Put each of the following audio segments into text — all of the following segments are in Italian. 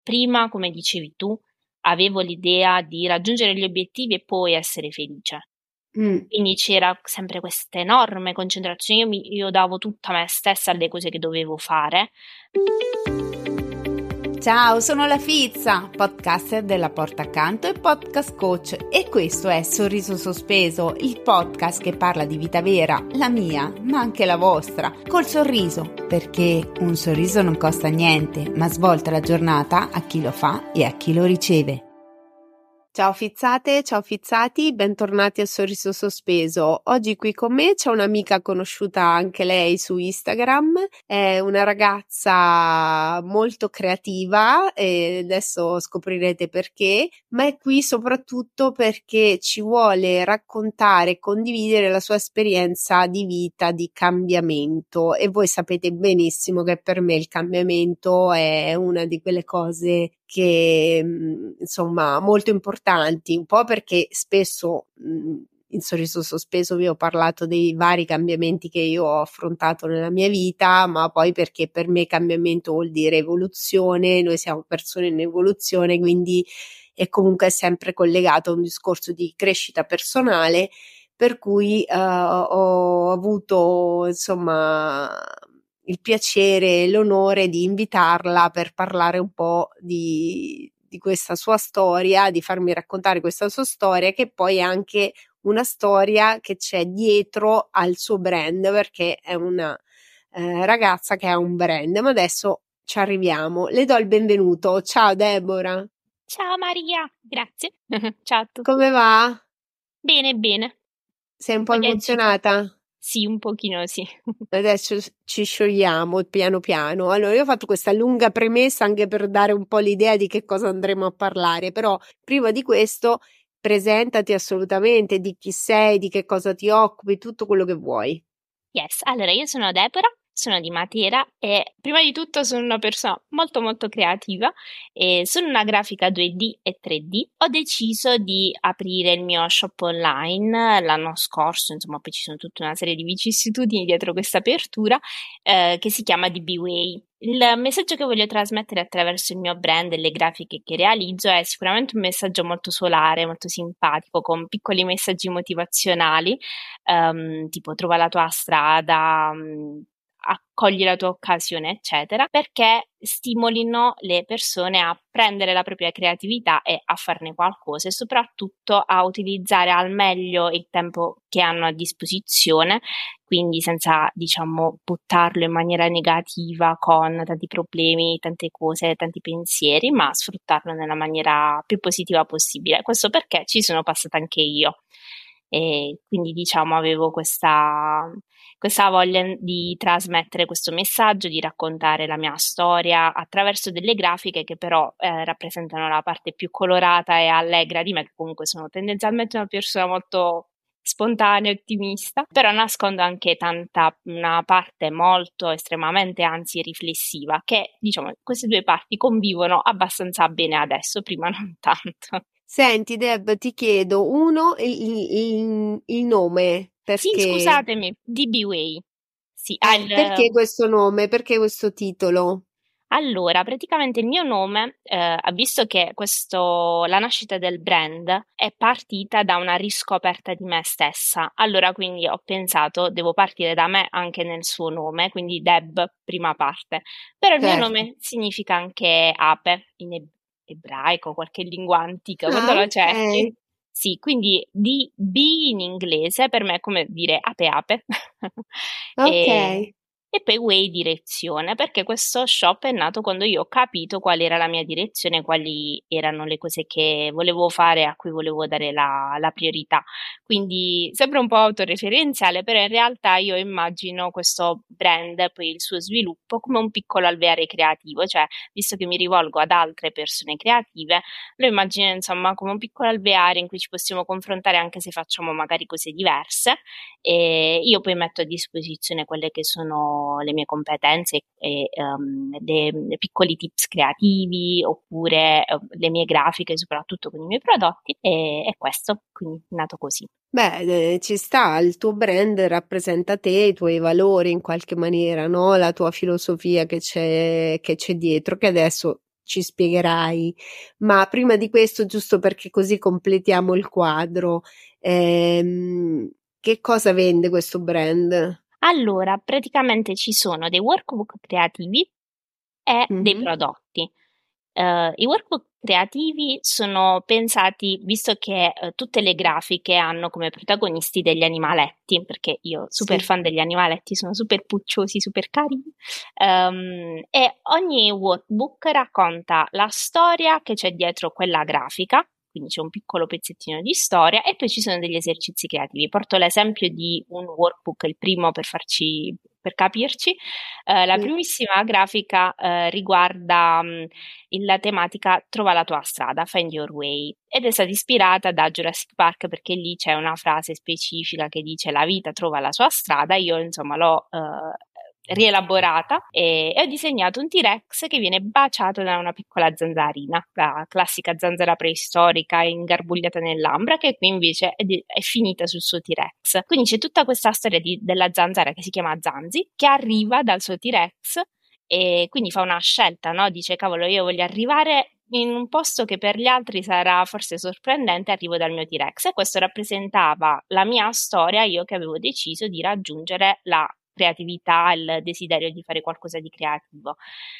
prima, come dicevi tu, avevo l'idea di raggiungere gli obiettivi e poi essere felice. Mm. Quindi c'era sempre questa enorme concentrazione, io davo tutta me stessa alle cose che dovevo fare. Ciao, sono la Fizza, podcaster della Porta Accanto e podcast coach, e questo è Sorriso Sospeso, il podcast che parla di vita vera, la mia, ma anche la vostra, col sorriso, perché un sorriso non costa niente, ma svolta la giornata a chi lo fa e a chi lo riceve. Ciao fizzate, ciao fizzati, bentornati a Sorriso Sospeso. Oggi qui con me c'è un'amica conosciuta anche lei su Instagram, è una ragazza molto creativa e adesso scoprirete perché, ma è qui soprattutto perché ci vuole raccontare e condividere la sua esperienza di vita, di cambiamento, e voi sapete benissimo che per me il cambiamento è una di quelle cose che insomma molto importanti, un po' perché spesso in Sorriso Sospeso vi ho parlato dei vari cambiamenti che io ho affrontato nella mia vita, ma poi perché per me cambiamento vuol dire evoluzione, noi siamo persone in evoluzione, quindi è comunque sempre collegato a un discorso di crescita personale, per cui ho avuto insomma il piacere e l'onore di invitarla per parlare un po' di questa sua storia, di farmi raccontare questa sua storia, che poi è anche una storia che c'è dietro al suo brand, perché è una ragazza che ha un brand, ma adesso ci arriviamo. Le do il benvenuto. Ciao Deborah, Ciao Maria, grazie. Ciao a tutti. come va? Bene, bene. Sei un Un po' po' di agita. emozionata? Sì, un pochino sì. Adesso ci sciogliamo piano piano. Allora, io ho fatto questa lunga premessa anche per dare un po' l'idea di che cosa andremo a parlare, però prima di questo presentati assolutamente, di chi sei, di che cosa ti occupi, tutto quello che vuoi. Yes, allora io sono Deborah, sono di Matera e prima di tutto sono una persona molto molto creativa e sono una grafica 2D e 3D. Ho deciso di aprire il mio shop online l'anno scorso, insomma poi ci sono tutta una serie di vicissitudini dietro questa apertura che si chiama DBWay. Il messaggio che voglio trasmettere attraverso il mio brand e le grafiche che realizzo è sicuramente un messaggio molto solare, molto simpatico, con piccoli messaggi motivazionali tipo trova la tua strada, accogli la tua occasione, eccetera, perché stimolino le persone a prendere la propria creatività e a farne qualcosa e soprattutto a utilizzare al meglio il tempo che hanno a disposizione, quindi senza, diciamo, buttarlo in maniera negativa con tanti problemi, tante cose, tanti pensieri, ma sfruttarlo nella maniera più positiva possibile. Questo perché ci sono passata anche io. E quindi diciamo avevo questa voglia di trasmettere questo messaggio, di raccontare la mia storia attraverso delle grafiche che però rappresentano la parte più colorata e allegra di me, che comunque sono tendenzialmente una persona molto spontanea e ottimista, però nascondo anche una parte molto estremamente anzi riflessiva, che diciamo queste due parti convivono abbastanza bene adesso, prima non tanto. Senti, Deb, ti chiedo uno il nome, Sì, perché, scusatemi, DB-Way. Sì, perché questo nome, perché questo titolo? allora, praticamente il mio nome, visto che la nascita del brand è partita da una riscoperta di me stessa, allora quindi ho pensato, devo partire da me anche nel suo nome, quindi Deb, prima parte. Però il mio Certo. nome significa anche ape in ebraico, qualche lingua antica, quando Ah, lo cerchi. ok. Sì, quindi D in inglese per me è come dire ape ape. Ok. E, e poi Way direzione, perché questo shop è nato quando io ho capito qual era la mia direzione, quali erano le cose che volevo fare, a cui volevo dare la priorità. Quindi sembra un po' autoreferenziale, però in realtà io immagino questo brand, poi il suo sviluppo, come un piccolo alveare creativo, cioè visto che mi rivolgo ad altre persone creative, lo immagino insomma come un piccolo alveare in cui ci possiamo confrontare anche se facciamo magari cose diverse e io poi metto a disposizione quelle che sono le mie competenze e dei piccoli tips creativi oppure le mie grafiche, soprattutto con i miei prodotti, e questo, quindi è nato così. Beh, ci sta, il tuo brand rappresenta te, i tuoi valori in qualche maniera, no? La tua filosofia che c'è dietro, che adesso ci spiegherai, ma prima di questo, giusto perché così completiamo il quadro, che cosa vende questo brand? Allora, praticamente ci sono dei workbook creativi e dei Mhm. prodotti. I workbook creativi sono pensati, visto che tutte le grafiche hanno come protagonisti degli animaletti, perché io super Sì. fan degli animaletti, sono super pucciosi, super carini, e ogni workbook racconta la storia che c'è dietro quella grafica. Quindi c'è un piccolo pezzettino di storia e poi ci sono degli esercizi creativi. Porto l'esempio di un workbook, il primo per capirci. La Sì. primissima grafica riguarda la tematica Trova la tua strada, Find Your Way, ed è stata ispirata da Jurassic Park perché lì c'è una frase specifica che dice la vita trova la sua strada. Io insomma l'ho rielaborata e ho disegnato un T-Rex che viene baciato da una piccola zanzarina, la classica zanzara preistorica ingarbugliata nell'ambra, che qui invece è finita sul suo T-Rex. Quindi c'è tutta questa storia della zanzara che si chiama Zanzi, che arriva dal suo T-Rex e quindi fa una scelta, no? Dice, cavolo, io voglio arrivare in un posto che per gli altri sarà forse sorprendente, arrivo dal mio T-Rex, e questo rappresentava la mia storia, io che avevo deciso di raggiungere la creatività, il desiderio di fare qualcosa di creativo.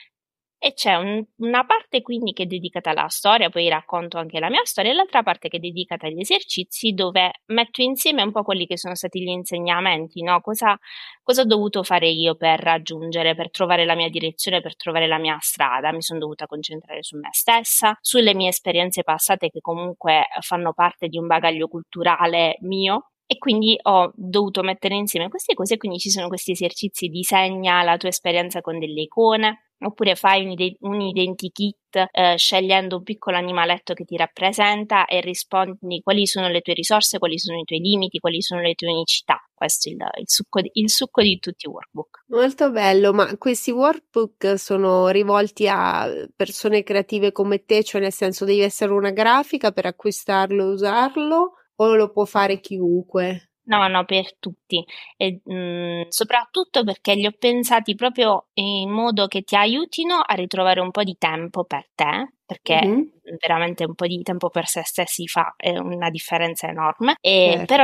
E c'è una parte quindi che è dedicata alla storia, poi racconto anche la mia storia, e l'altra parte che è dedicata agli esercizi, dove metto insieme un po' quelli che sono stati gli insegnamenti, no? Cosa ho dovuto fare io per raggiungere, per trovare la mia direzione, per trovare la mia strada. Mi sono dovuta concentrare su me stessa, sulle mie esperienze passate che comunque fanno parte di un bagaglio culturale mio. E quindi ho dovuto mettere insieme queste cose, quindi ci sono questi esercizi: disegna la tua esperienza con delle icone, oppure fai un identikit scegliendo un piccolo animaletto che ti rappresenta e rispondi quali sono le tue risorse, quali sono i tuoi limiti, quali sono le tue unicità. Questo è il succo di tutti i workbook. Molto bello, ma questi workbook sono rivolti a persone creative come te, cioè nel senso devi essere una grafica per acquistarlo e usarlo, o lo può fare chiunque? No, no, per tutti, e soprattutto perché li ho pensati proprio in modo che ti aiutino a ritrovare un po' di tempo per te, perché Mhm. veramente un po' di tempo per se stessi fa una differenza enorme, Certo. però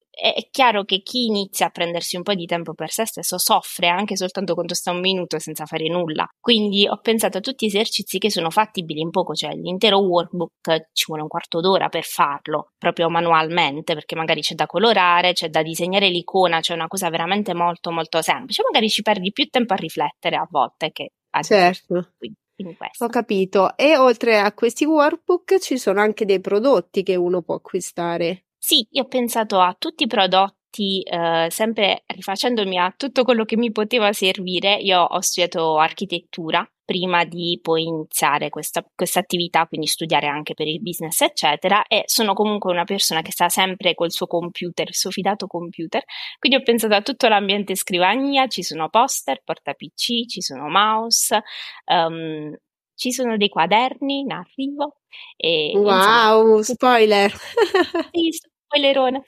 è chiaro che chi inizia a prendersi un po' di tempo per se stesso soffre anche soltanto quando sta un minuto senza fare nulla. Quindi ho pensato a tutti esercizi che sono fattibili in poco, cioè l'intero workbook ci vuole un quarto d'ora per farlo, proprio manualmente, perché magari c'è da colorare, c'è da disegnare l'icona, c'è una cosa veramente molto molto semplice. Magari ci perdi più tempo a riflettere a volte che a disegnare. Certo, Quindi ho questo. capito. E oltre a questi workbook ci sono anche dei prodotti che uno può acquistare. Sì, io ho pensato a tutti i prodotti, sempre rifacendomi a tutto quello che mi poteva servire. Io ho studiato architettura prima di poi iniziare questa attività, quindi studiare anche per il business, eccetera, e sono comunque una persona che sta sempre col suo computer, il suo fidato computer, quindi ho pensato a tutto l'ambiente scrivania. Ci sono poster, porta PC, ci sono mouse, ehm, ci sono dei quaderni in arrivo, e insomma, Wow, spoiler! sì, spoilerone.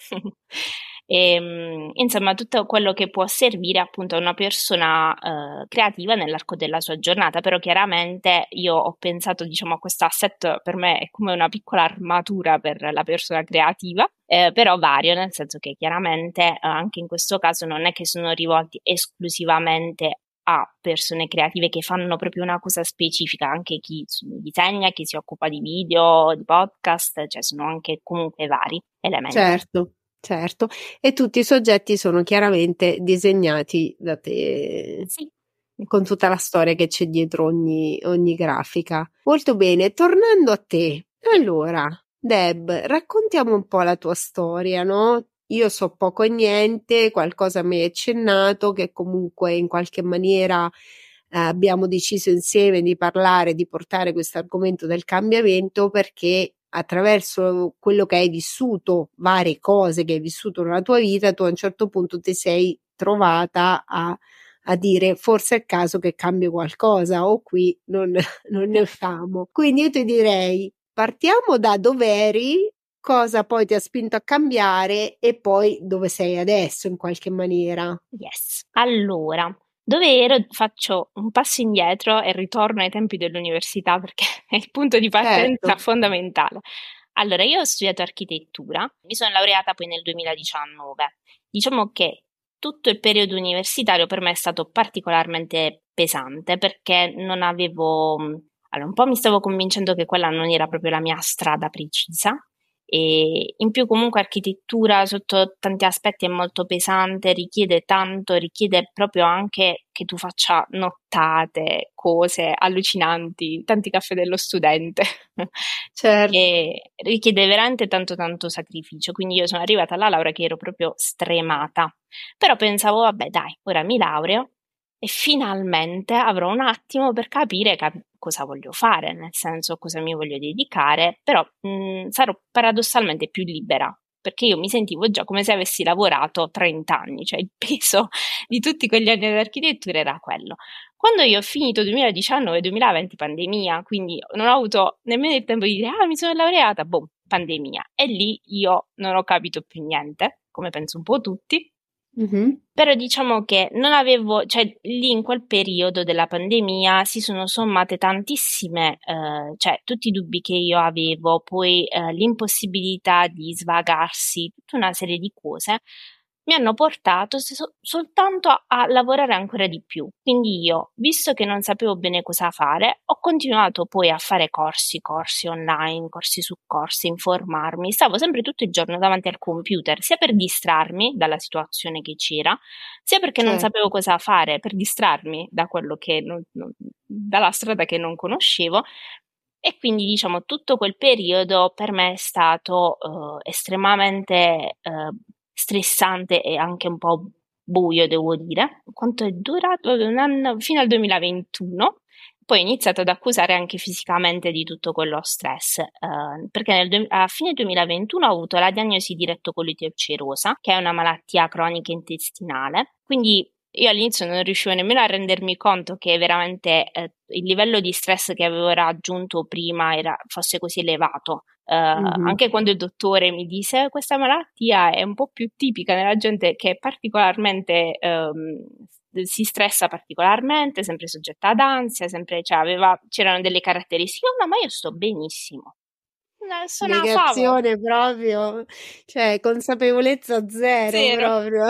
Insomma, tutto quello che può servire appunto a una persona creativa nell'arco della sua giornata, però chiaramente io ho pensato, diciamo, a questo asset per me è come una piccola armatura per la persona creativa, però vario, nel senso che chiaramente anche in questo caso non è che sono rivolti esclusivamente a persone creative che fanno proprio una cosa specifica, anche chi disegna, chi si occupa di video, di podcast, cioè sono anche comunque vari elementi. Certo, certo. E tutti i soggetti sono chiaramente disegnati da te, Sì. con tutta la storia che c'è dietro ogni grafica. Molto bene, tornando a te. Allora, Deb, raccontiamo un po' la tua storia, no? Io so poco e niente, qualcosa mi hai accennato, che comunque in qualche maniera abbiamo deciso insieme di parlare, di portare questo argomento del cambiamento perché attraverso quello che hai vissuto, varie cose che hai vissuto nella tua vita, tu a un certo punto ti sei trovata a dire forse è il caso che cambio qualcosa o qui non ne usciamo. Quindi io ti direi partiamo da dove eri, cosa poi ti ha spinto a cambiare e poi dove sei adesso in qualche maniera. Yes. Allora, Dove ero, faccio un passo indietro e ritorno ai tempi dell'università perché è il punto di partenza Certo. fondamentale. Allora, io ho studiato architettura, mi sono laureata poi nel 2019. Diciamo che tutto il periodo universitario per me è stato particolarmente pesante perché non avevo, allora un po' mi stavo convincendo che quella non era proprio la mia strada precisa e in più comunque architettura sotto tanti aspetti è molto pesante, richiede tanto, richiede proprio anche che tu faccia nottate, cose allucinanti, tanti caffè dello studente. Certo. E richiede veramente tanto tanto sacrificio, quindi io sono arrivata alla laurea che ero proprio stremata, però pensavo vabbè dai, ora mi laureo e finalmente avrò un attimo per capire cosa voglio fare, nel senso cosa mi voglio dedicare, però sarò paradossalmente più libera, perché io mi sentivo già come se avessi lavorato 30 anni, cioè il peso di tutti quegli anni di architettura era quello. Quando io ho finito 2019-2020 pandemia, quindi non ho avuto nemmeno il tempo di dire ah mi sono laureata, boh, pandemia. E lì io non ho capito più niente, come penso un po' tutti, Mhm. però diciamo che non avevo, cioè lì in quel periodo della pandemia si sono sommate tantissime, cioè tutti i dubbi che io avevo, poi l'impossibilità di svagarsi, tutta una serie di cose mi hanno portato soltanto a lavorare ancora di più. Quindi io, visto che non sapevo bene cosa fare, ho continuato poi a fare corsi online, corsi su corsi, informarmi. Stavo sempre tutto il giorno davanti al computer, sia per distrarmi dalla situazione che c'era, sia perché non Certo. sapevo cosa fare per distrarmi da quello che dalla strada che non conoscevo. E quindi, diciamo, tutto quel periodo per me è stato estremamente stressante e anche un po' buio, devo dire. Quanto è durato? Un anno, fino al 2021. Poi ho iniziato ad accusare anche fisicamente di tutto quello stress, perché a fine 2021 ho avuto la diagnosi di rettocolite ulcerosa, che è una malattia cronica intestinale. Quindi io all'inizio non riuscivo nemmeno a rendermi conto che veramente il livello di stress che avevo raggiunto prima fosse così elevato. Mhm. Anche quando il dottore mi disse questa malattia è un po' più tipica nella gente che è particolarmente si stressa particolarmente, sempre soggetta ad ansia, sempre, cioè, c'erano delle caratteristiche, no, ma io sto benissimo. Sono una favola, Negazione proprio, cioè consapevolezza zero zero. proprio.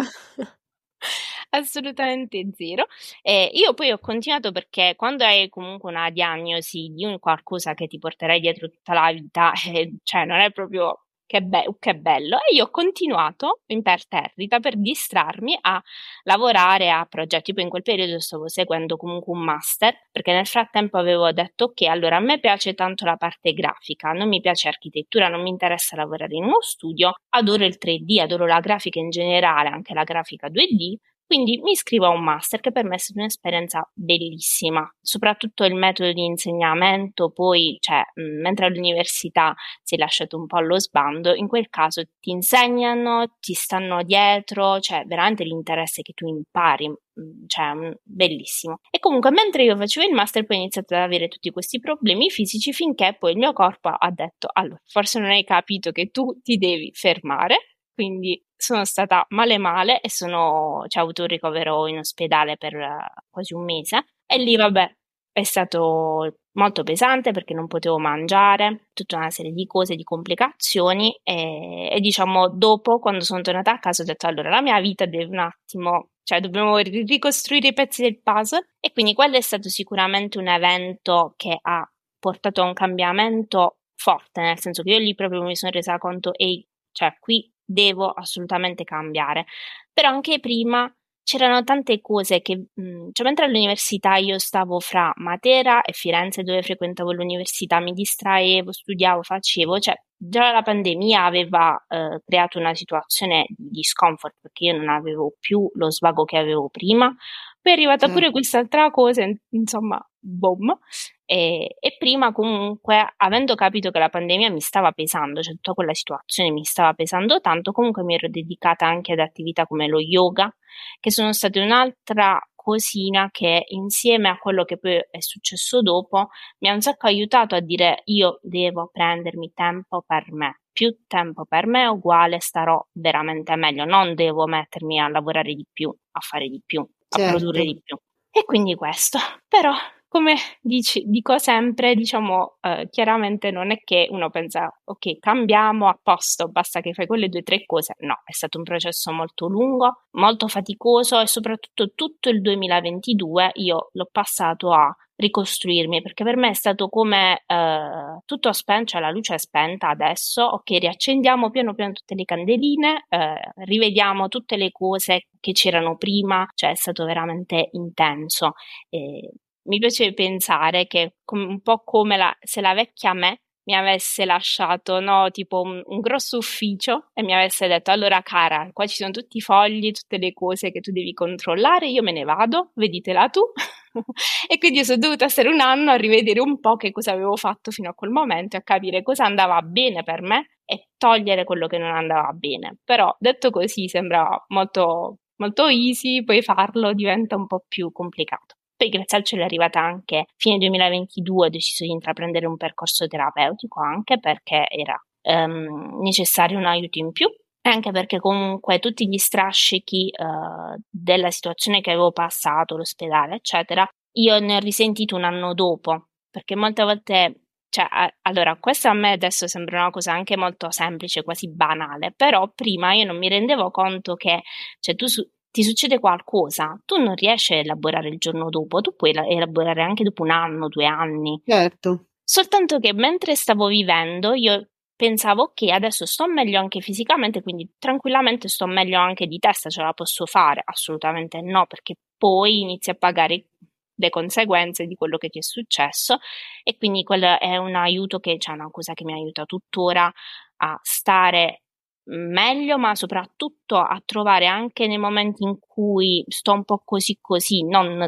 Assolutamente zero. Io poi ho continuato perché quando hai comunque una diagnosi di un qualcosa che ti porterai dietro tutta la vita, cioè non è proprio che bello. E io ho continuato imperterrita per distrarmi a lavorare a progetti. Poi in quel periodo stavo seguendo comunque un master, perché nel frattempo avevo detto ok, allora a me piace tanto la parte grafica, non mi piace architettura, non mi interessa lavorare in uno studio, adoro il 3D, adoro la grafica in generale, anche la grafica 2D. Quindi mi iscrivo a un master che per me è stata un'esperienza bellissima, soprattutto il metodo di insegnamento, poi, cioè, mentre all'università si è lasciato un po' allo sbando, in quel caso ti insegnano, ti stanno dietro, cioè veramente l'interesse che tu impari, cioè, bellissimo. E comunque mentre io facevo il master poi ho iniziato ad avere tutti questi problemi fisici finché poi il mio corpo ha detto, allora, forse non hai capito che tu ti devi fermare, quindi sono stata male male e cioè, ho avuto un ricovero in ospedale per quasi un mese e lì vabbè è stato molto pesante perché non potevo mangiare, tutta una serie di cose, di complicazioni e diciamo dopo quando sono tornata a casa ho detto allora la mia vita deve un attimo, cioè dobbiamo ricostruire i pezzi del puzzle e quindi quello è stato sicuramente un evento che ha portato a un cambiamento forte, nel senso che io lì proprio mi sono resa conto, ehi, cioè qui devo assolutamente cambiare. Però anche prima c'erano tante cose che, cioè mentre all'università io stavo fra Matera e Firenze dove frequentavo l'università, mi distraevo, studiavo, facevo, cioè già la pandemia aveva creato una situazione di scomfort perché io non avevo più lo svago che avevo prima. Poi è arrivata Certo. pure quest'altra cosa, insomma, boom. E prima comunque, avendo capito che la pandemia mi stava pesando, cioè tutta quella situazione mi stava pesando tanto, comunque mi ero dedicata anche ad attività come lo yoga, che sono state un'altra cosina che insieme a quello che poi è successo dopo mi ha un sacco aiutato a dire io devo prendermi tempo per me. Più tempo per me uguale starò veramente meglio, non devo mettermi a lavorare di più, a fare di più, a produrre Certo. di più. E quindi questo, però come dico sempre, diciamo, chiaramente non è che uno pensa, ok, cambiamo a posto, basta che fai quelle 2 o 3 cose. No, è stato un processo molto lungo, molto faticoso e soprattutto tutto il 2022 io l'ho passato a ricostruirmi, perché per me è stato come tutto spento, cioè la luce è spenta adesso, ok, riaccendiamo piano piano tutte le candeline, rivediamo tutte le cose che c'erano prima, cioè è stato veramente intenso. Mi piace pensare che un po' come se la vecchia me mi avesse lasciato, no, tipo un grosso ufficio e mi avesse detto: allora cara, qua ci sono tutti i fogli, tutte le cose che tu devi controllare, io me ne vado, veditela tu. E quindi io sono dovuta stare un anno a rivedere un po' che cosa avevo fatto fino a quel momento e a capire cosa andava bene per me e togliere quello che non andava bene. Però detto così sembra molto, molto easy, poi farlo diventa un po' più complicato. Poi grazie al cielo è arrivata anche fine 2022, ho deciso di intraprendere un percorso terapeutico anche perché era necessario un aiuto in più e anche perché comunque tutti gli strascichi della situazione che avevo passato, l'ospedale, eccetera, io ne ho risentito un anno dopo, perché molte volte, cioè, allora, questa a me adesso sembra una cosa anche molto semplice, quasi banale, però prima io non mi rendevo conto che, cioè, ti succede qualcosa, tu non riesci a elaborare il giorno dopo, tu puoi elaborare anche dopo un anno, 2 anni. Certo. Soltanto che mentre stavo vivendo io pensavo ok, adesso sto meglio anche fisicamente, quindi tranquillamente sto meglio anche di testa, ce la posso fare? Assolutamente no, perché poi inizi a pagare le conseguenze di quello che ti è successo e quindi quello è un aiuto che c'è, una cosa che mi aiuta tuttora a stare meglio, ma soprattutto a trovare anche nei momenti in cui sto un po' così così,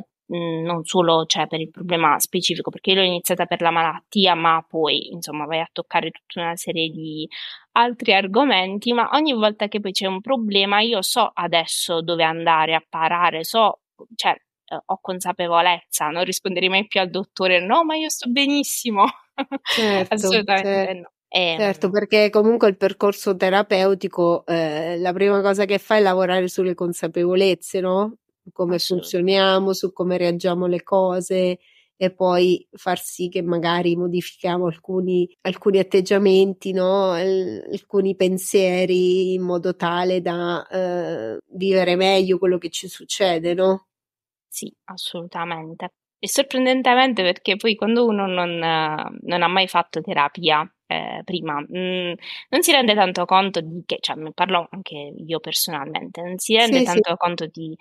non solo cioè, per il problema specifico, perché io l'ho iniziata per la malattia, ma poi insomma vai a toccare tutta una serie di altri argomenti, ma ogni volta che poi c'è un problema io so adesso dove andare a parare, cioè ho consapevolezza, non risponderei mai più al dottore no, ma io sto benissimo. Certo, Assolutamente no. certo, perché comunque il percorso terapeutico, la prima cosa che fa è lavorare sulle consapevolezze, no? Su come Assolutamente. funzioniamo, su come reagiamo alle cose e poi far sì che magari modifichiamo alcuni atteggiamenti, no? Alcuni pensieri in modo tale da vivere meglio quello che ci succede, no? Sì, assolutamente. E sorprendentemente perché poi quando uno non ha mai fatto terapia prima, non si rende tanto conto di che, cioè ne parlo anche io personalmente, non si rende Sì, sì. tanto conto di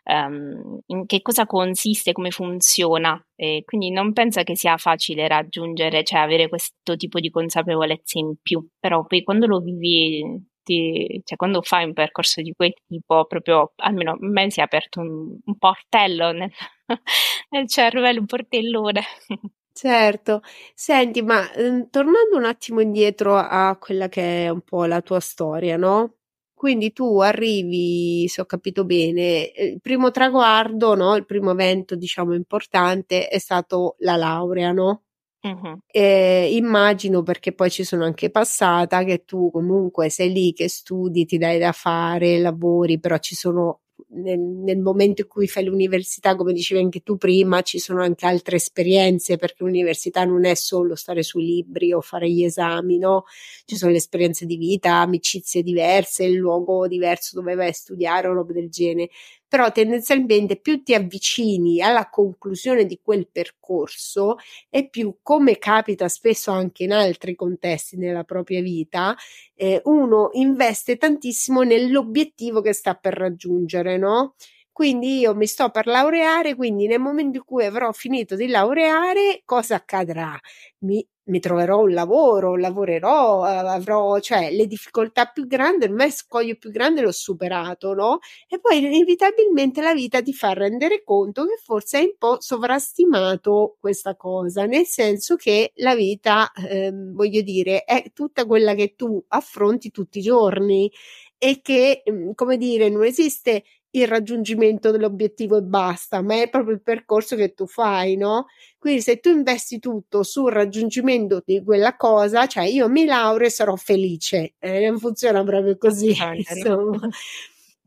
in che cosa consiste, come funziona, e quindi non pensa che sia facile raggiungere, cioè avere questo tipo di consapevolezza in più, però poi quando lo vivi cioè quando fai un percorso di quel tipo, proprio almeno a me si è aperto un portello nel cervello, un portellone. Certo. Senti, ma, tornando un attimo indietro a quella che è un po' la tua storia, no, quindi tu arrivi, se ho capito bene, il primo traguardo, no, il primo evento diciamo importante è stato la laurea, no, Mhm. immagino perché poi ci sono anche passata che tu comunque sei lì che studi, ti dai da fare, lavori, però ci sono nel momento in cui fai l'università, come dicevi anche tu prima, ci sono anche altre esperienze perché l'università non è solo stare sui libri o fare gli esami, no? Ci sono le esperienze di vita, amicizie diverse, il luogo diverso dove vai a studiare o roba del genere. Però tendenzialmente più ti avvicini alla conclusione di quel percorso e più, come capita spesso anche in altri contesti nella propria vita, uno investe tantissimo nell'obiettivo che sta per raggiungere, no? Quindi io mi sto per laureare, quindi nel momento in cui avrò finito di laureare, cosa accadrà? Mi troverò un lavoro, lavorerò, avrò, cioè le difficoltà più grandi, il scoglio più grande l'ho superato, no? E poi inevitabilmente la vita ti fa rendere conto che forse hai un po' sovrastimato questa cosa, nel senso che la vita, voglio dire, è tutta quella che tu affronti tutti i giorni e che, come dire, non esiste il raggiungimento dell'obiettivo e basta, ma è proprio il percorso che tu fai, no? Quindi se tu investi tutto sul raggiungimento di quella cosa, cioè io mi laureo e sarò felice, non funziona proprio così, Assolutamente no. insomma.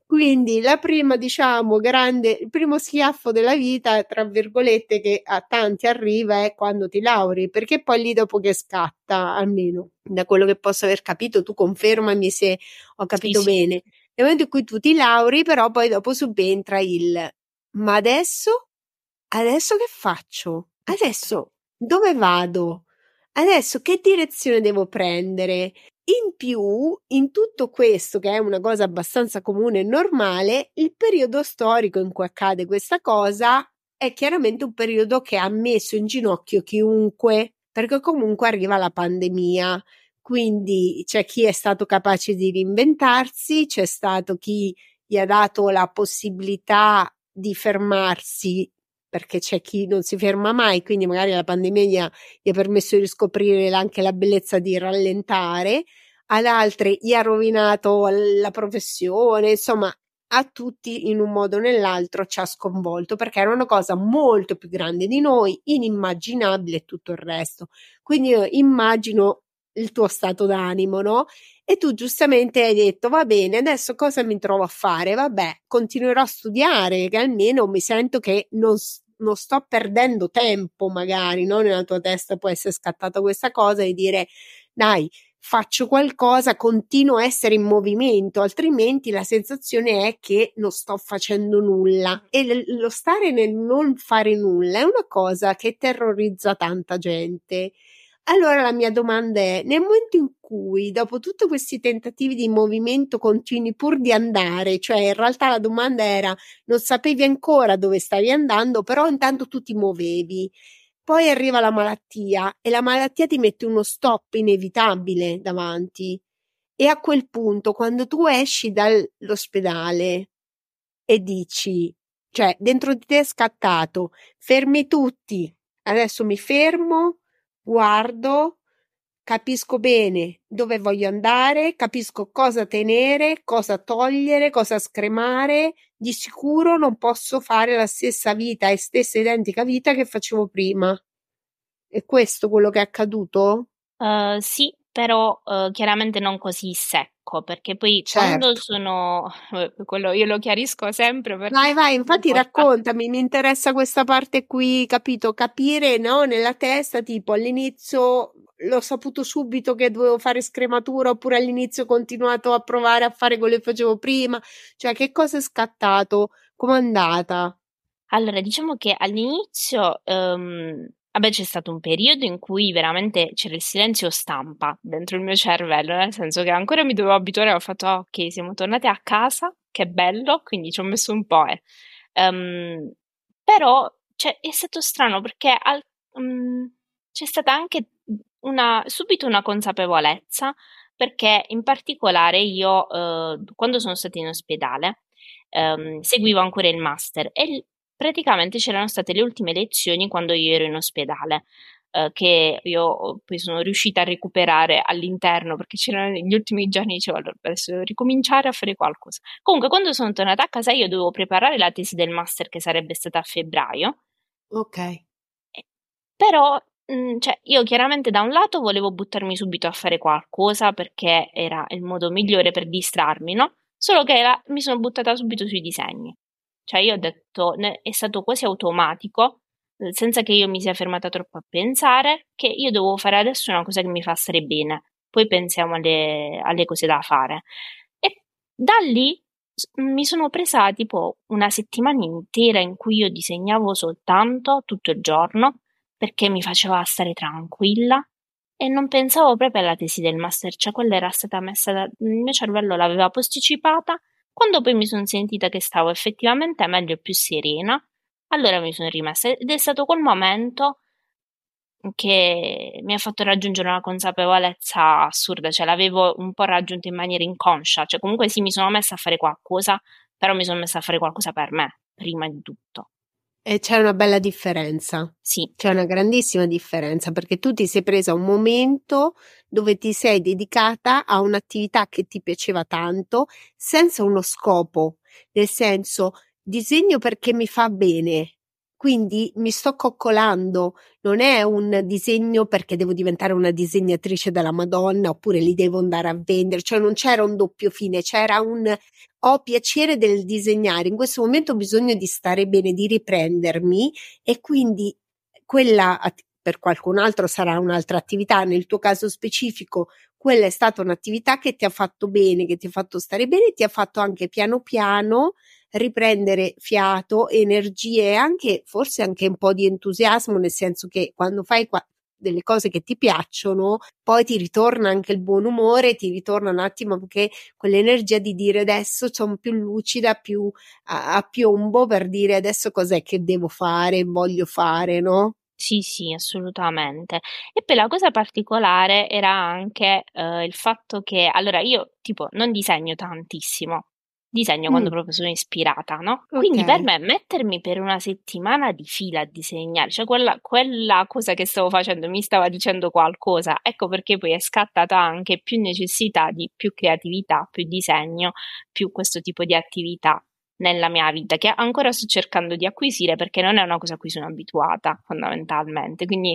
Quindi la prima, diciamo, il primo schiaffo della vita, tra virgolette, che a tanti arriva è quando ti lauri, perché poi lì dopo che scatta, almeno da quello che posso aver capito, tu confermami se ho capito Sì. bene. Nel momento in cui tu ti lauri, però poi dopo subentra ma adesso? Adesso che faccio? Adesso dove vado? Adesso che direzione devo prendere? In più, in tutto questo, che è una cosa abbastanza comune e normale, il periodo storico in cui accade questa cosa è chiaramente un periodo che ha messo in ginocchio chiunque, perché comunque arriva la pandemia. Quindi c'è chi è stato capace di reinventarsi, c'è stato chi gli ha dato la possibilità di fermarsi, perché c'è chi non si ferma mai, quindi magari la pandemia gli ha permesso di riscoprire anche la bellezza di rallentare, ad altri gli ha rovinato la professione, insomma, a tutti in un modo o nell'altro ci ha sconvolto, perché era una cosa molto più grande di noi, inimmaginabile e tutto il resto. Quindi io immagino il tuo stato d'animo, no? E tu giustamente hai detto, va bene, adesso cosa mi trovo a fare? Vabbè, continuerò a studiare, che almeno mi sento che non sto perdendo tempo, magari, no? Nella tua testa può essere scattata questa cosa e dire, dai, faccio qualcosa, continuo a essere in movimento, altrimenti la sensazione è che non sto facendo nulla. E lo stare nel non fare nulla è una cosa che terrorizza tanta gente. Allora la mia domanda è, nel momento in cui dopo tutti questi tentativi di movimento continui pur di andare, cioè in realtà la domanda era, non sapevi ancora dove stavi andando, però intanto tu ti muovevi, poi arriva la malattia e la malattia ti mette uno stop inevitabile davanti e a quel punto quando tu esci dall'ospedale e dici, cioè dentro di te è scattato, fermi tutti, adesso mi fermo, guardo, capisco bene dove voglio andare, capisco cosa tenere, cosa togliere, cosa scremare, di sicuro non posso fare la stessa vita e stessa identica vita che facevo prima. È questo quello che è accaduto? Sì, però chiaramente non così secco, perché poi quando Certo. sono, quello io lo chiarisco sempre perché Vai, non infatti importa. raccontami, mi interessa questa parte qui, capito? Capire, no, nella testa, tipo all'inizio l'ho saputo subito che dovevo fare scrematura oppure all'inizio ho continuato a provare a fare quello che facevo prima, cioè che cosa è scattato? Com'è andata? Allora, diciamo che all'inizio, vabbè, c'è stato un periodo in cui veramente c'era il silenzio stampa dentro il mio cervello, nel senso che ancora mi dovevo abituare, ho fatto, "Ah, ok, siamo tornati a casa, che bello, quindi ci ho messo un po', eh." Ehm, Però, cioè, è stato strano perché mm, c'è stata anche subito una consapevolezza, perché in particolare io, quando sono stata in ospedale, seguivo ancora il master e praticamente c'erano state le ultime lezioni quando io ero in ospedale, che io poi sono riuscita a recuperare all'interno perché c'erano gli ultimi giorni, dicevo allora adesso devo ricominciare a fare qualcosa. Comunque, quando sono tornata a casa io dovevo preparare la tesi del master che sarebbe stata a febbraio, Ok. però cioè, io chiaramente da un lato volevo buttarmi subito a fare qualcosa perché era il modo migliore per distrarmi, no? Solo che mi sono buttata subito sui disegni. Cioè, io ho detto, è stato quasi automatico, senza che io mi sia fermata troppo a pensare, che io devo fare adesso una cosa che mi fa stare bene. Poi pensiamo alle cose da fare. E da lì mi sono presa tipo una settimana intera in cui io disegnavo soltanto tutto il giorno perché mi faceva stare tranquilla e non pensavo proprio alla tesi del master, cioè quella era stata messa il mio cervello l'aveva posticipata. Quando poi mi sono sentita che stavo effettivamente meglio e più serena, allora mi sono rimessa ed è stato quel momento che mi ha fatto raggiungere una consapevolezza assurda, cioè l'avevo un po' raggiunta in maniera inconscia, cioè comunque sì, mi sono messa a fare qualcosa, però mi sono messa a fare qualcosa per me, prima di tutto. E c'è una bella differenza. Sì. C'è una grandissima differenza perché tu ti sei presa un momento dove ti sei dedicata a un'attività che ti piaceva tanto senza uno scopo, nel senso disegno perché mi fa bene, quindi mi sto coccolando, non è un disegno perché devo diventare una disegnatrice della Madonna oppure li devo andare a vendere, cioè non c'era un doppio fine, c'era ho piacere del disegnare, in questo momento ho bisogno di stare bene, di riprendermi e quindi per qualcun altro sarà un'altra attività, nel tuo caso specifico quella è stata un'attività che ti ha fatto bene, che ti ha fatto stare bene, ti ha fatto anche piano piano riprendere fiato, energie e anche forse anche un po' di entusiasmo, nel senso che quando fai delle cose che ti piacciono, poi ti ritorna anche il buon umore, ti ritorna un attimo perché quell'energia di dire adesso sono più lucida, più a piombo per dire adesso cos'è che devo fare, voglio fare, no? Sì, sì, assolutamente. E poi la cosa particolare era anche il fatto che, allora io tipo non disegno tantissimo, disegno quando Mm, proprio sono ispirata, no? ok. Quindi per me mettermi per una settimana di fila a disegnare, cioè quella cosa che stavo facendo mi stava dicendo qualcosa, ecco perché poi è scattata anche più necessità di più creatività, più disegno, più questo tipo di attività nella mia vita, che ancora sto cercando di acquisire perché non è una cosa a cui sono abituata fondamentalmente, quindi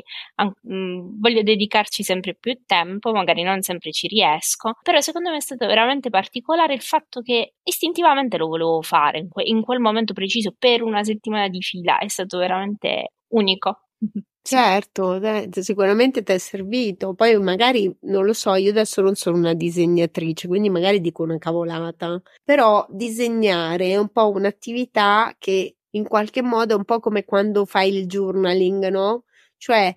voglio dedicarci sempre più tempo, magari non sempre ci riesco, però secondo me è stato veramente particolare il fatto che istintivamente lo volevo fare in quel momento preciso per una settimana di fila, è stato veramente unico. Sì. Certo, sicuramente ti è servito. Poi magari, non lo so, io adesso non sono una disegnatrice, quindi magari dico una cavolata, però disegnare è un po' un'attività che in qualche modo è un po' come quando fai il journaling, no? Cioè,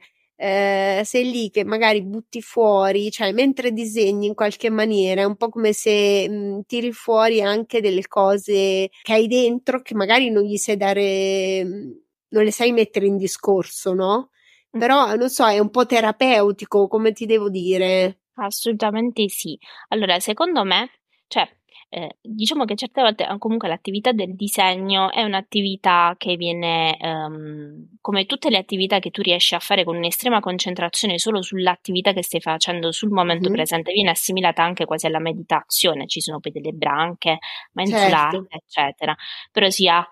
sei lì che magari butti fuori, cioè mentre disegni in qualche maniera, è un po' come se tiri fuori anche delle cose che hai dentro che magari non gli sai dare, non le sai mettere in discorso, no? Però non so, è un po' terapeutico, come ti devo dire? Assolutamente sì. Allora, secondo me, cioè, diciamo che certe volte comunque l'attività del disegno è un'attività che viene, come tutte le attività che tu riesci a fare con un'estrema concentrazione solo sull'attività che stai facendo sul momento Mhm. presente, viene assimilata anche quasi alla meditazione. Ci sono poi delle branche, mindful art, Certo, eccetera, però si ha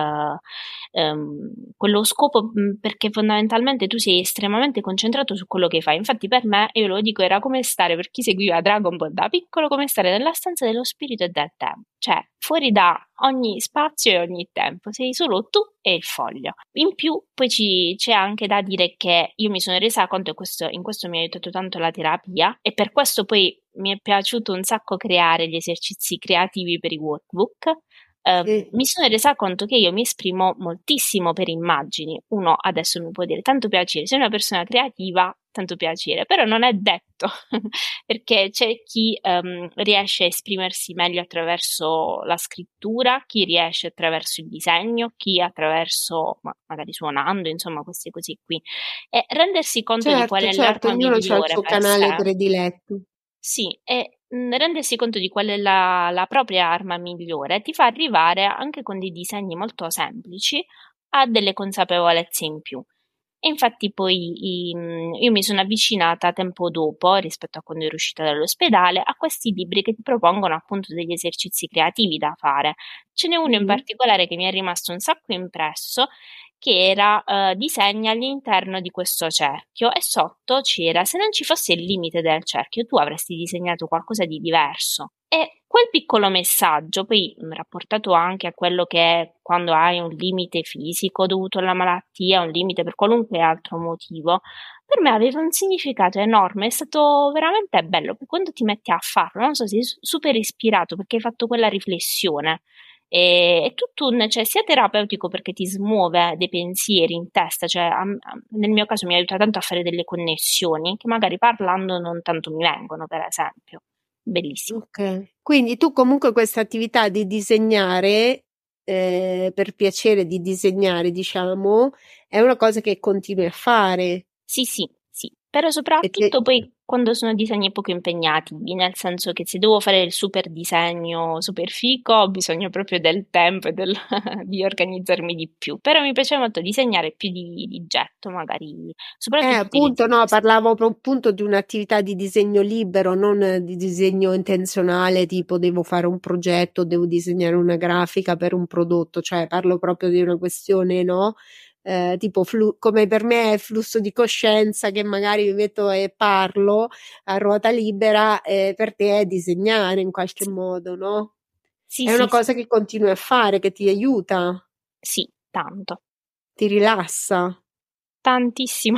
quello scopo perché fondamentalmente tu sei estremamente concentrato su quello che fai. Infatti per me, io lo dico, era come stare, per chi seguiva Dragon Ball da piccolo, come stare nella stanza dello spirito e del tempo, cioè fuori da ogni spazio e ogni tempo, sei solo tu e il foglio. In più poi c'è anche da dire che io mi sono resa conto, e in questo mi ha aiutato tanto la terapia, e per questo poi mi è piaciuto un sacco creare gli esercizi creativi per i workbook. sì. Mi sono resa conto che io mi esprimo moltissimo per immagini. Uno adesso mi può dire tanto piacere, sei una persona creativa, tanto piacere, però non è detto, perché c'è chi riesce a esprimersi meglio attraverso la scrittura, chi riesce attraverso il disegno, chi attraverso, magari suonando, insomma, queste cose qui. E rendersi conto di qual Certo, è certo, l'arma ognuno ha il migliore suo per canale sé. prediletto. Sì, e rendersi conto di qual è la propria arma migliore ti fa arrivare anche con dei disegni molto semplici a delle consapevolezze in più. E infatti poi io mi sono avvicinata tempo dopo, rispetto a quando ero uscita dall'ospedale, a questi libri che ti propongono appunto degli esercizi creativi da fare. Ce n'è uno in Mhm. particolare che mi è rimasto un sacco impresso, che era disegna all'interno di questo cerchio e sotto c'era se non ci fosse il limite del cerchio tu avresti disegnato qualcosa di diverso. E quel piccolo messaggio, poi rapportato anche a quello che è quando hai un limite fisico dovuto alla malattia, un limite per qualunque altro motivo, per me aveva un significato enorme, è stato veramente bello. Poi quando ti metti a farlo, non so, sei super ispirato perché hai fatto quella riflessione. È tutto cioè, sia terapeutico perché ti smuove dei pensieri in testa, cioè nel mio caso mi aiuta tanto a fare delle connessioni che magari parlando non tanto mi vengono, per esempio. Bellissimo. Ok. Quindi tu comunque questa attività di disegnare, per piacere di disegnare, diciamo, è una cosa che continui a fare. Sì, sì, sì, però E te- soprattutto poi quando sono disegni poco impegnativi, nel senso che se devo fare il super disegno super fico, ho bisogno proprio del tempo e di organizzarmi di più. Però mi piace molto disegnare più di getto, magari, soprattutto appunto, utilizzando no, questi. parlavo appunto di un'attività di disegno libero, non di disegno intenzionale, tipo devo fare un progetto, devo disegnare una grafica per un prodotto, cioè parlo proprio di una questione, no? tipo come per me è flusso di coscienza, che magari mi metto e parlo a ruota libera, per te è disegnare in qualche modo, no? Sì, È sì, una sì, cosa che continui a fare, che ti aiuta, sì, tanto, ti rilassa. tantissimo.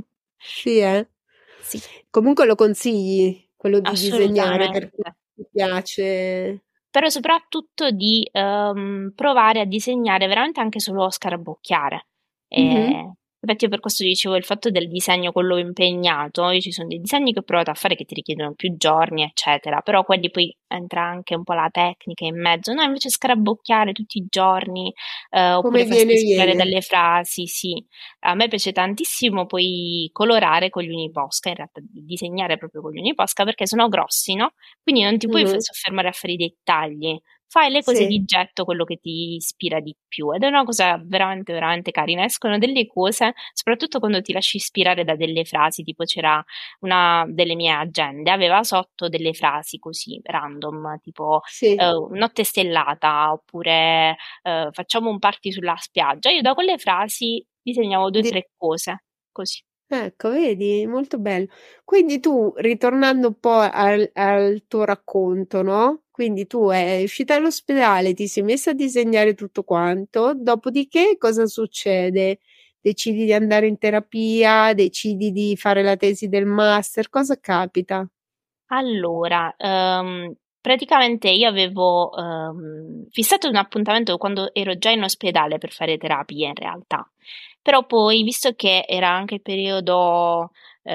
Sì, eh? Sì, Comunque lo consigli, quello di disegnare, per chi assolutamente. ti piace. Però soprattutto di provare a disegnare veramente anche solo scarabocchiare. Mhm. Infatti io per questo dicevo il fatto del disegno, quello impegnato, io ci sono dei disegni che ho provato a fare che ti richiedono più giorni, eccetera, però quelli poi entra anche un po' la tecnica in mezzo, no, invece scarabocchiare tutti i giorni, oppure Come farsi viene, ispirare viene. dalle frasi, sì. A me piace tantissimo poi colorare con gli Uniposca, in realtà disegnare proprio con gli Uniposca perché sono grossi, no? Quindi non ti puoi Mhm. soffermare a fare i dettagli, fai le cose Sì. di getto, quello che ti ispira di più ed è una cosa veramente, veramente carina. Escono delle cose, soprattutto quando ti lasci ispirare da delle frasi, tipo c'era una delle mie agende, aveva sotto delle frasi così random, tipo Sì. notte stellata oppure facciamo un party sulla spiaggia. Io da quelle frasi disegnavo due o Di- tre cose, così. Ecco, vedi, molto bello. Quindi tu, ritornando un po' al tuo racconto, no? Quindi tu sei uscita dall'ospedale, ti sei messa a disegnare tutto quanto, dopodiché cosa succede? Decidi di andare in terapia, decidi di fare la tesi del master, cosa capita? Allora, praticamente io avevo fissato un appuntamento quando ero già in ospedale per fare terapia in realtà, però poi, visto che era anche il periodo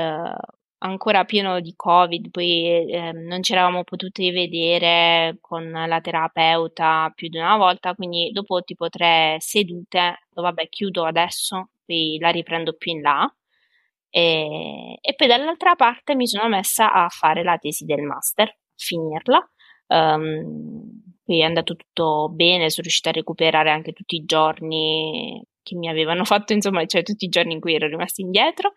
ancora pieno di Covid, poi non ci eravamo potuti vedere con la terapeuta più di una volta, quindi dopo tipo 3 sedute, vabbè, chiudo adesso, poi la riprendo più in là. E poi dall'altra parte mi sono messa a fare la tesi del master, finirla. Poi è andato tutto bene, sono riuscita a recuperare anche tutti i giorni che mi avevano fatto, insomma, cioè tutti i giorni in cui ero rimasta indietro.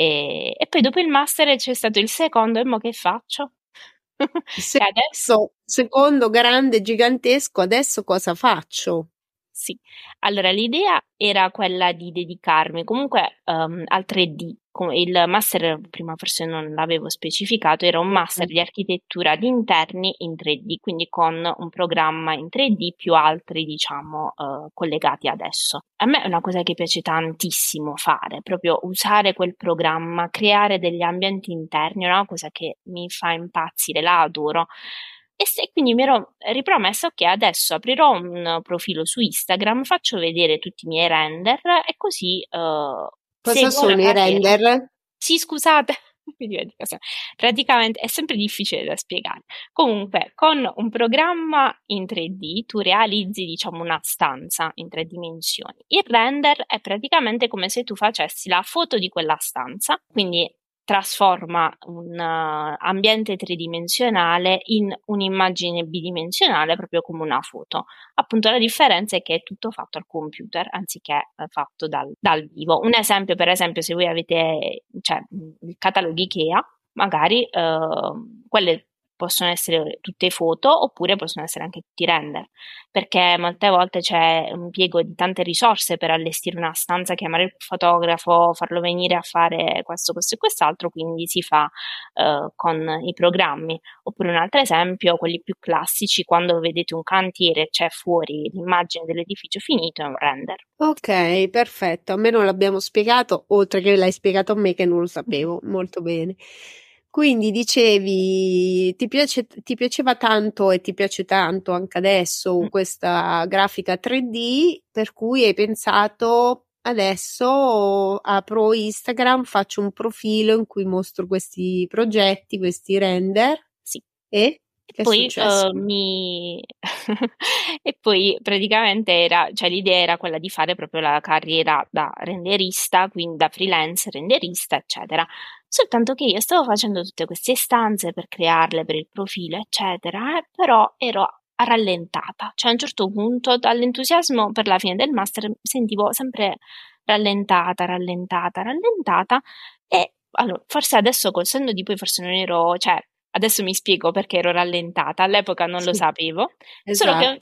E poi dopo il master c'è stato il secondo, e mo che faccio? Il E adesso? secondo grande, gigantesco, adesso cosa faccio? Sì, allora l'idea era quella di dedicarmi comunque al 3D. Il master, prima forse non l'avevo specificato, era un master Ok. di architettura di interni in 3D, quindi con un programma in 3D più altri, diciamo, collegati ad esso. A me è una cosa che piace tantissimo fare, proprio usare quel programma, creare degli ambienti interni, è una cosa che mi fa impazzire, la adoro. Quindi mi ero ripromessa che adesso aprirò un profilo su Instagram, faccio vedere tutti i miei render e così Cosa seguo una sono i carriera. render? Sì, scusate, mi dimentico sempre. Praticamente è sempre difficile da spiegare. Comunque, con un programma in 3D tu realizzi, diciamo, una stanza in 3 dimensioni. Il render è praticamente come se tu facessi la foto di quella stanza, quindi trasforma un ambiente tridimensionale in un'immagine bidimensionale, proprio come una foto. Appunto, la differenza è che è tutto fatto al computer anziché fatto dal vivo. Un esempio, per esempio, se voi avete, cioè, il catalogo IKEA, magari quelle possono essere tutte foto oppure possono essere anche tutti render, perché molte volte c'è un impiego di tante risorse per allestire una stanza, chiamare il fotografo, farlo venire a fare questo, questo e quest'altro, quindi si fa con i programmi. Oppure un altro esempio, quelli più classici, quando vedete un cantiere e c'è fuori l'immagine dell'edificio finito, è un render. Ok, perfetto. A me non l'abbiamo spiegato, oltre che l'hai spiegato a me che non lo sapevo molto bene. Quindi dicevi, ti piaceva tanto e ti piace tanto anche adesso Mm. questa grafica 3D, per cui hai pensato adesso apro Instagram, faccio un profilo in cui mostro questi progetti, questi render Sì. e E che è poi successo? e poi praticamente cioè l'idea era quella di fare proprio la carriera da renderista, quindi da freelance renderista, eccetera. Soltanto che io stavo facendo tutte queste istanze per crearle per il profilo, eccetera, però ero rallentata. Cioè a un certo punto, dall'entusiasmo per la fine del master, sentivo sempre rallentata, rallentata, rallentata. E allora, forse adesso col senno di poi forse non ero, cioè adesso mi spiego perché ero rallentata, all'epoca non lo Sì, sapevo, solo che esatto.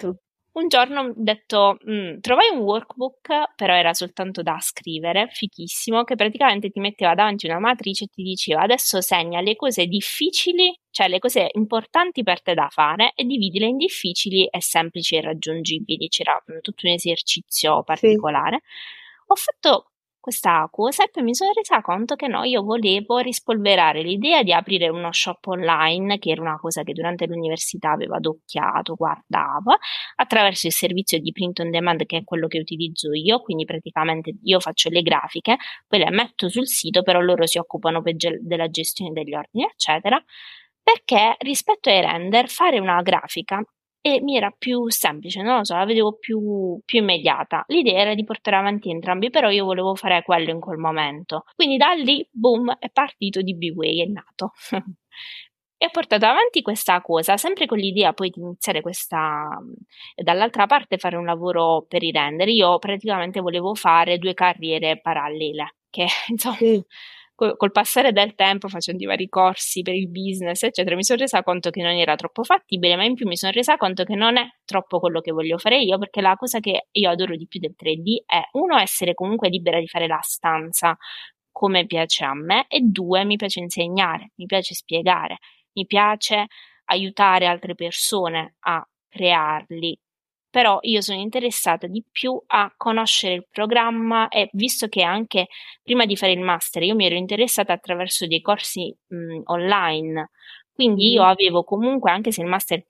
un giorno ho detto, trovai un workbook, però era soltanto da scrivere, fichissimo, che praticamente ti metteva davanti una matrice e ti diceva adesso segna le cose difficili, cioè le cose importanti per te da fare e dividile in difficili e semplici e raggiungibili. C'era tutto un esercizio Sì. particolare. Ho fatto questa cosa e poi mi sono resa conto che no, io volevo rispolverare l'idea di aprire uno shop online, che era una cosa che durante l'università avevo adocchiato, guardavo, attraverso il servizio di print on demand che è quello che utilizzo io, quindi praticamente io faccio le grafiche, poi le metto sul sito, però loro si occupano della gestione degli ordini, eccetera, perché rispetto ai render fare una grafica mi era più semplice, non lo so, la vedevo più immediata. L'idea era di portare avanti entrambi, però io volevo fare quello in quel momento. Quindi da lì, boom, è partito DBWay, è nato. E ho portato avanti questa cosa, sempre con l'idea poi di iniziare dall'altra parte fare un lavoro per i render. Io praticamente volevo fare 2 carriere parallele, che insomma, Sì. col passare del tempo, facendo i vari corsi per il business, eccetera, mi sono resa conto che non era troppo fattibile, ma in più mi sono resa conto che non è troppo quello che voglio fare io, perché la cosa che io adoro di più del 3D è, uno, essere comunque libera di fare la stanza come piace a me, e due, mi piace insegnare, mi piace spiegare, mi piace aiutare altre persone a crearli. Però io sono interessata di più a conoscere il programma, e visto che anche prima di fare il master io mi ero interessata attraverso dei corsi online, quindi io Mhm. avevo comunque, anche se il master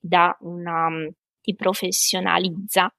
ti professionalizza,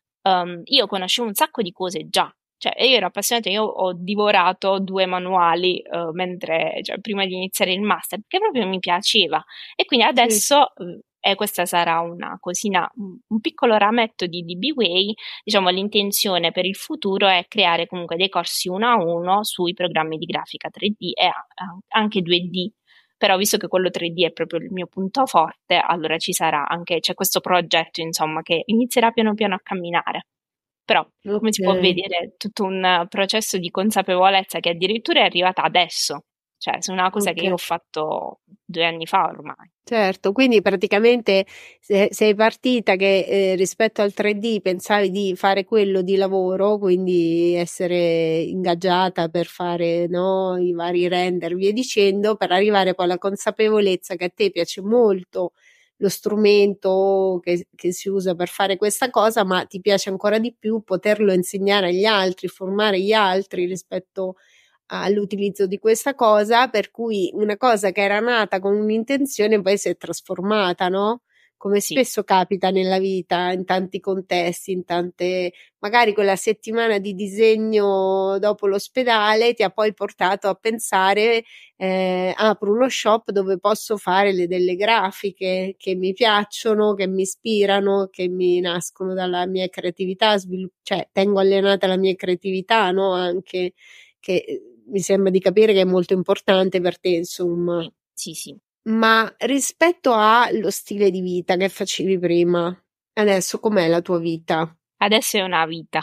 io conoscevo un sacco di cose già. Cioè, io ero appassionata, io ho divorato 2 manuali mentre, cioè, prima di iniziare il master, perché proprio mi piaceva. E quindi Sì. adesso, e questa sarà una cosina, un piccolo rametto di DBWay, diciamo, l'intenzione per il futuro è creare comunque dei corsi 1-a-1 sui programmi di grafica 3D e anche 2D. Però visto che quello 3D è proprio il mio punto forte, allora c'è questo progetto, insomma, che inizierà piano piano a camminare. Però, come si può Ok. vedere, è tutto un processo di consapevolezza che addirittura è arrivata adesso. Cioè, è una cosa che Ok. io ho fatto 2 anni fa ormai. Certo, quindi praticamente sei partita che rispetto al 3D pensavi di fare quello di lavoro, quindi essere ingaggiata per fare, no, i vari render, via dicendo, per arrivare poi alla consapevolezza che a te piace molto lo strumento che si usa per fare questa cosa, ma ti piace ancora di più poterlo insegnare agli altri, formare gli altri rispetto all'utilizzo di questa cosa, per cui una cosa che era nata con un'intenzione poi si è trasformata, no? Come Sì, spesso capita nella vita, in tanti contesti, in tante, magari quella settimana di disegno dopo l'ospedale ti ha poi portato a pensare, apro uno shop dove posso fare delle grafiche che mi piacciono, che mi ispirano, che mi nascono dalla mia creatività, cioè tengo allenata la mia creatività, no? Anche che mi sembra di capire che è molto importante per te, insomma. sì, sì, sì. Ma rispetto allo stile di vita che facevi prima, adesso com'è la tua vita? Adesso è una vita,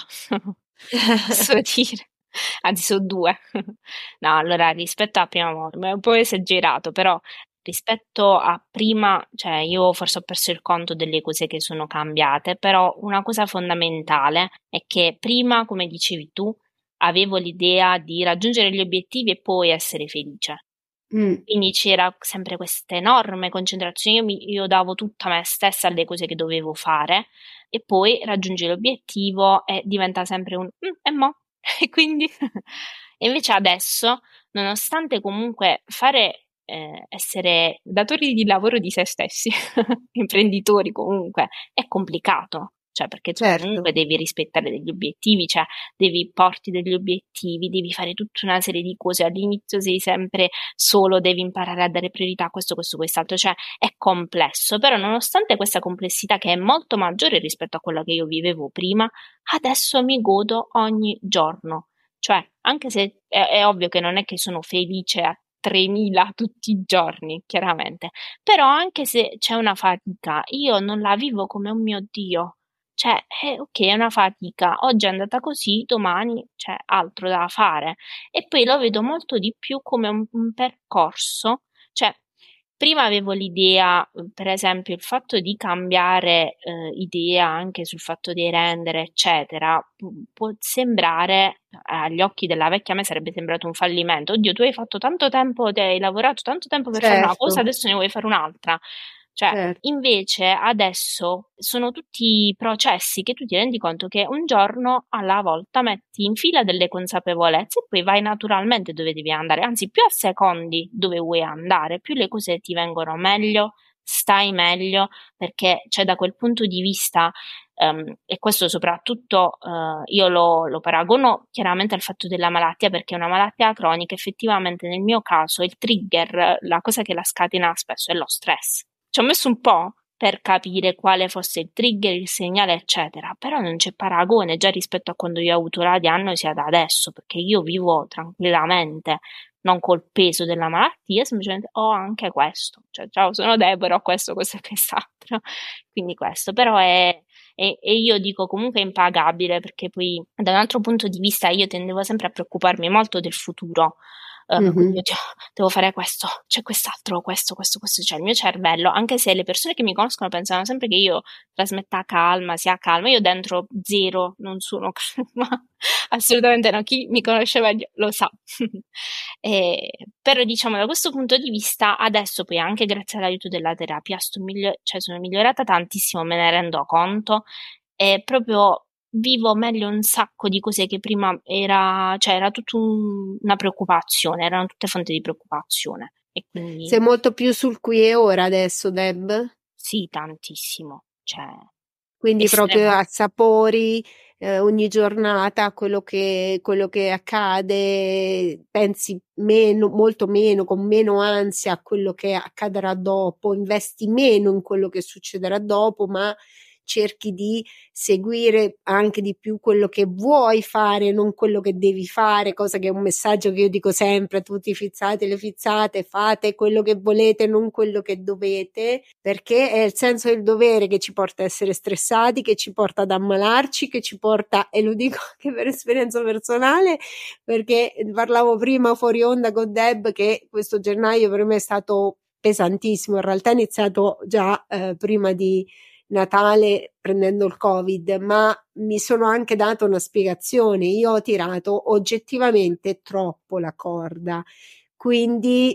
posso dire. Anzi, sono due. No, allora, rispetto a prima volta, è un po' esagerato, però rispetto a prima, cioè io forse ho perso il conto delle cose che sono cambiate, però una cosa fondamentale è che prima, come dicevi tu, avevo l'idea di raggiungere gli obiettivi e poi essere felice. Mm, Quindi c'era sempre questa enorme concentrazione, io davo tutta me stessa alle cose che dovevo fare, e poi raggiungi l'obiettivo e diventa sempre un e mo? E quindi e invece adesso, nonostante comunque essere datori di lavoro di se stessi, imprenditori comunque, è complicato. Cioè, perché tu certo. comunque devi rispettare degli obiettivi, cioè devi porti degli obiettivi, devi fare tutta una serie di cose. All'inizio sei sempre solo, devi imparare a dare priorità a questo, questo, quest'altro, cioè è complesso, però nonostante questa complessità che è molto maggiore rispetto a quella che io vivevo prima, adesso mi godo ogni giorno. Cioè, anche se è ovvio che non è che sono felice a 3000 tutti i giorni, chiaramente, però anche se c'è una fatica, io non la vivo come un mio Dio. Cioè, ok, è una fatica, oggi è andata così, domani c'è altro da fare. E poi lo vedo molto di più come un percorso, cioè prima avevo l'idea, per esempio, il fatto di cambiare idea anche sul fatto di rendere, eccetera, può sembrare, agli occhi della vecchia me sarebbe sembrato un fallimento. Oddio, tu hai fatto tanto tempo, ti hai lavorato tanto tempo per fare una Certo, cosa, adesso ne vuoi fare un'altra. Cioè, certo. invece adesso sono tutti processi che tu ti rendi conto che un giorno alla volta metti in fila delle consapevolezze e poi vai naturalmente dove devi andare, anzi più a secondi dove vuoi andare, più le cose ti vengono meglio, stai meglio, perché c'è da quel punto di vista, e questo soprattutto io lo paragono chiaramente al fatto della malattia, perché una malattia cronica effettivamente nel mio caso il trigger, la cosa che la scatena spesso è lo stress. Ci ho messo un po' per capire quale fosse il trigger, il segnale, eccetera, però non c'è paragone già rispetto a quando io ho avuto la diagnosi ad adesso, perché io vivo tranquillamente, non col peso della malattia, semplicemente ho anche questo, cioè ciao, sono Deborah, ho questo e quest'altro, quindi questo, però e io dico comunque è impagabile, perché poi da un altro punto di vista io tendevo sempre a preoccuparmi molto del futuro. Quindi Mhm. io devo fare questo, c'è quest'altro, questo, cioè il mio cervello, anche se le persone che mi conoscono pensano sempre che io trasmetta calma, sia calma, io dentro zero, non sono calma, assolutamente no, chi mi conosce meglio lo sa. Però diciamo da questo punto di vista, adesso poi anche grazie all'aiuto della terapia cioè, sono migliorata tantissimo, me ne rendo conto, e proprio vivo meglio un sacco di cose che prima cioè era tutta una preoccupazione, erano tutte fonti di preoccupazione. E quindi Sei molto più sul qui e ora adesso, Deb? sì, tantissimo, cioè Quindi proprio estremamente. assapori ogni giornata quello che accade, pensi meno, molto meno, con meno ansia a quello che accadrà dopo, investi meno in quello che succederà dopo, ma cerchi di seguire anche di più quello che vuoi fare, non quello che devi fare, cosa che è un messaggio che io dico sempre a tutti i fizzati e le fizzate: fate quello che volete, non quello che dovete, perché è il senso del dovere che ci porta a essere stressati, che ci porta ad ammalarci, che ci porta, e lo dico anche per esperienza personale, perché parlavo prima fuori onda con Deb che questo gennaio per me è stato pesantissimo, in realtà è iniziato già prima di Natale prendendo il Covid, ma mi sono anche dato una spiegazione. Io ho tirato oggettivamente troppo la corda. Quindi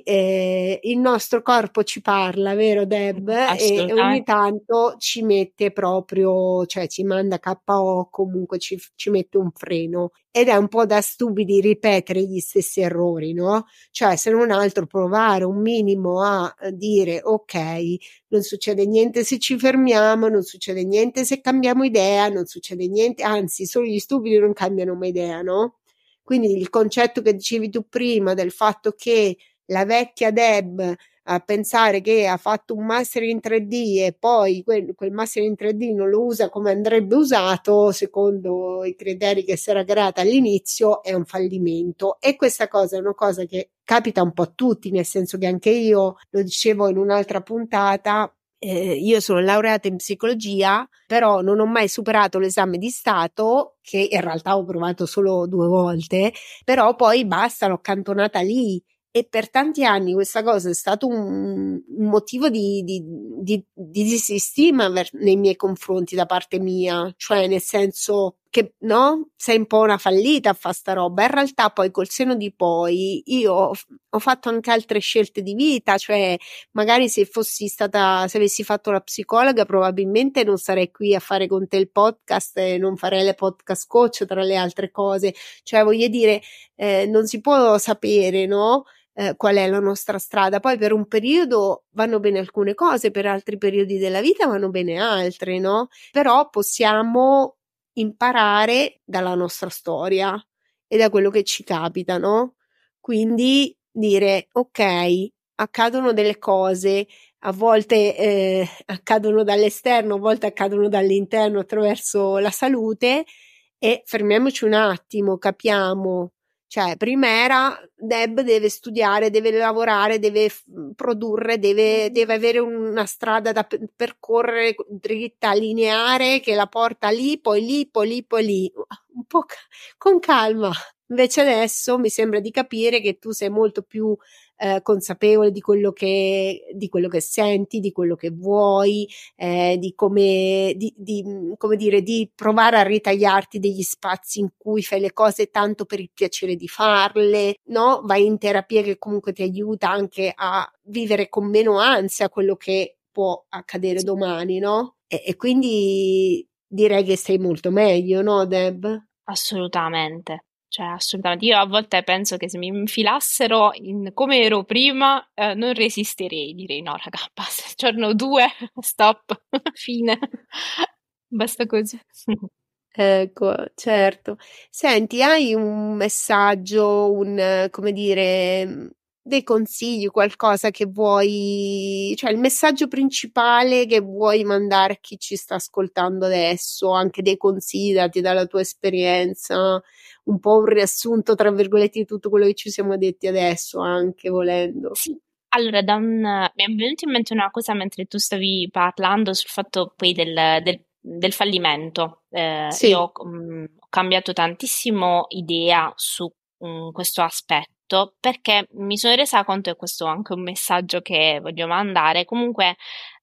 il nostro corpo ci parla, vero Deb? E ogni Assolutamente. tanto ci mette proprio, cioè ci manda KO, comunque ci mette un freno. Ed è un po' da stupidi ripetere gli stessi errori, no? Cioè, se non altro provare un minimo a dire ok, non succede niente se ci fermiamo, non succede niente se cambiamo idea, non succede niente, anzi, solo gli stupidi non cambiano mai idea, no? Quindi il concetto che dicevi tu prima del fatto che la vecchia Deb a pensare che ha fatto un master in 3D e poi quel master in 3D non lo usa come andrebbe usato secondo i criteri che si era creata all'inizio, è un fallimento. E questa cosa è una cosa che capita un po' a tutti, nel senso che anche io, lo dicevo in un'altra puntata, io sono laureata in psicologia, però non ho mai superato l'esame di Stato, che in realtà ho provato solo 2 volte, però poi basta, l'ho accantonata lì. E per tanti anni questa cosa è stato un motivo di disistima nei miei confronti da parte mia, cioè nel senso che no, sei un po' una fallita a fare sta roba. In realtà poi col seno di poi io ho fatto anche altre scelte di vita, cioè magari se avessi fatto la psicologa probabilmente non sarei qui a fare con te il podcast e non farei le podcast coach tra le altre cose, cioè voglio dire non si può sapere, no? Qual è la nostra strada. Poi per un periodo vanno bene alcune cose, per altri periodi della vita vanno bene altre, no? Però possiamo imparare dalla nostra storia e da quello che ci capita, no? Quindi dire, ok, accadono delle cose, a volte accadono dall'esterno, a volte accadono dall'interno attraverso la salute, e fermiamoci un attimo, capiamo. Cioè, prima era Deb deve studiare, deve lavorare, deve produrre, deve avere una strada da percorrere dritta, lineare, che la porta lì, poi lì, poi lì, poi lì. Un po' con calma. Invece adesso mi sembra di capire che tu sei molto più consapevole di quello che senti, di quello che vuoi, di come come dire, di provare a ritagliarti degli spazi in cui fai le cose tanto per il piacere di farle, no? Vai in terapia che comunque ti aiuta anche a vivere con meno ansia quello che può accadere domani, no? E quindi direi che stai molto meglio, no, Deb? Assolutamente. Cioè, assolutamente. Io a volte penso che se mi infilassero in come ero prima, non resisterei. Direi no, raga, basta. Giorno 2, stop, fine. Basta così. Ecco, certo. Senti, hai un messaggio, come dire, dei consigli, qualcosa che vuoi, cioè il messaggio principale che vuoi mandare a chi ci sta ascoltando adesso, anche dei consigli dati dalla tua esperienza, un po' un riassunto, tra virgolette, di tutto quello che ci siamo detti adesso, anche volendo. Sì, allora mi è venuta in mente una cosa mentre tu stavi parlando sul fatto poi del fallimento. Sì. Io ho cambiato tantissimo idea su questo aspetto perché mi sono resa conto, e questo è anche un messaggio che voglio mandare, comunque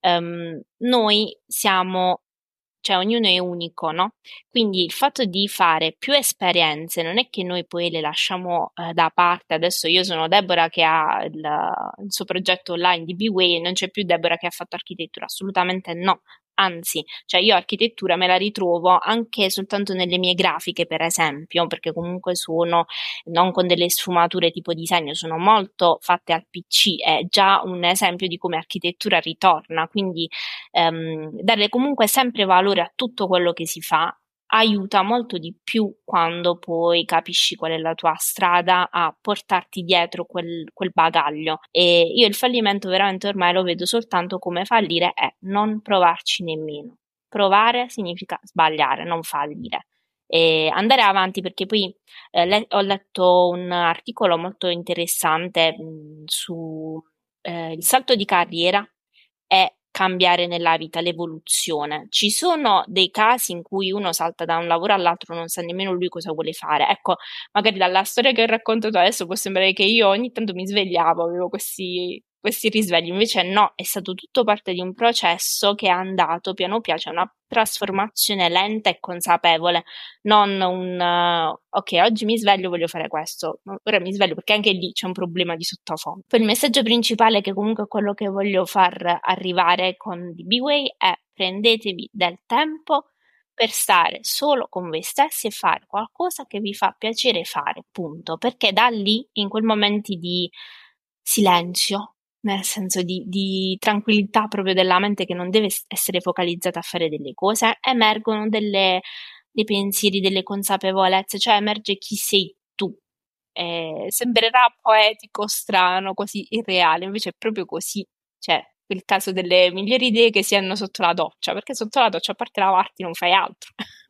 noi siamo, cioè ognuno è unico, no? Quindi il fatto di fare più esperienze non è che noi poi le lasciamo da parte. Adesso io sono Deborah che ha il suo progetto online di B-Way e non c'è più Deborah che ha fatto architettura, assolutamente no. Anzi, cioè io architettura me la ritrovo anche soltanto nelle mie grafiche, per esempio, perché comunque sono non con delle sfumature tipo disegno, sono molto fatte al PC, è già un esempio di come architettura ritorna, quindi dare comunque sempre valore a tutto quello che si fa aiuta molto di più quando poi capisci qual è la tua strada a portarti dietro quel bagaglio. E io il fallimento veramente ormai lo vedo soltanto come fallire e non provarci nemmeno. Provare significa sbagliare, non fallire. E andare avanti, perché poi ho letto un articolo molto interessante su il salto di carriera e cambiare nella vita, l'evoluzione. Ci sono dei casi in cui uno salta da un lavoro all'altro, non sa nemmeno lui cosa vuole fare. Ecco, magari dalla storia che ho raccontato adesso può sembrare che io ogni tanto mi svegliavo, avevo questi risvegli, invece no, è stato tutto parte di un processo che è andato piano piano, c'è una trasformazione lenta e consapevole, non ok, oggi mi sveglio, voglio fare questo, ora mi sveglio, perché anche lì c'è un problema di sottofondo. Poi il messaggio principale, che comunque è quello che voglio far arrivare con DBWay, è: prendetevi del tempo per stare solo con voi stessi e fare qualcosa che vi fa piacere fare, punto, perché da lì, in quei momenti di silenzio, nel senso di tranquillità proprio della mente che non deve essere focalizzata a fare delle cose, emergono dei pensieri, delle consapevolezze, cioè emerge chi sei tu. Sembrerà poetico, strano, quasi irreale, invece è proprio così. Cioè, il caso delle migliori idee che si hanno sotto la doccia, perché sotto la doccia, a parte lavarti, non fai altro.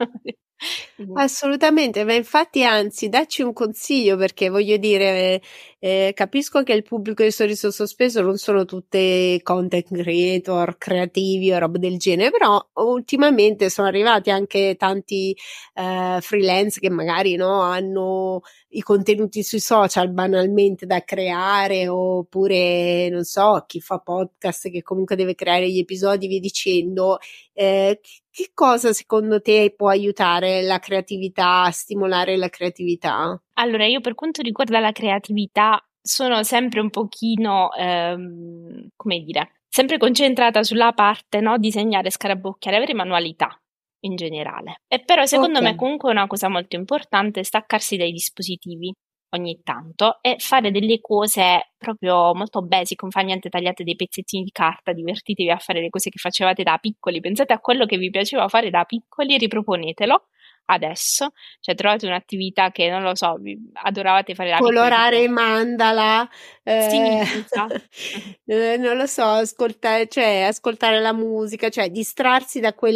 Assolutamente, ma infatti anzi dacci un consiglio, perché voglio dire, capisco che il pubblico di Sorriso Sospeso non sono tutte content creator, creativi o roba del genere, però ultimamente sono arrivati anche tanti freelance che magari no, hanno i contenuti sui social banalmente da creare, oppure non so, chi fa podcast che comunque deve creare gli episodi, via dicendo. Che cosa secondo te può aiutare la creatività, a stimolare la creatività? Allora, io per quanto riguarda la creatività sono sempre un pochino, come dire, sempre concentrata sulla parte, no? Disegnare, scarabocchiare, avere manualità in generale. E però secondo me comunque una cosa molto importante è staccarsi dai dispositivi ogni tanto e fare delle cose proprio molto basic, non fa niente, tagliate dei pezzettini di carta, divertitevi a fare le cose che facevate da piccoli, pensate a quello che vi piaceva fare da piccoli e riproponetelo adesso, cioè trovate un'attività che, non lo so, adoravate fare da piccoli. Colorare i mandala, Sì, esatto. non lo so, ascoltare la musica, cioè distrarsi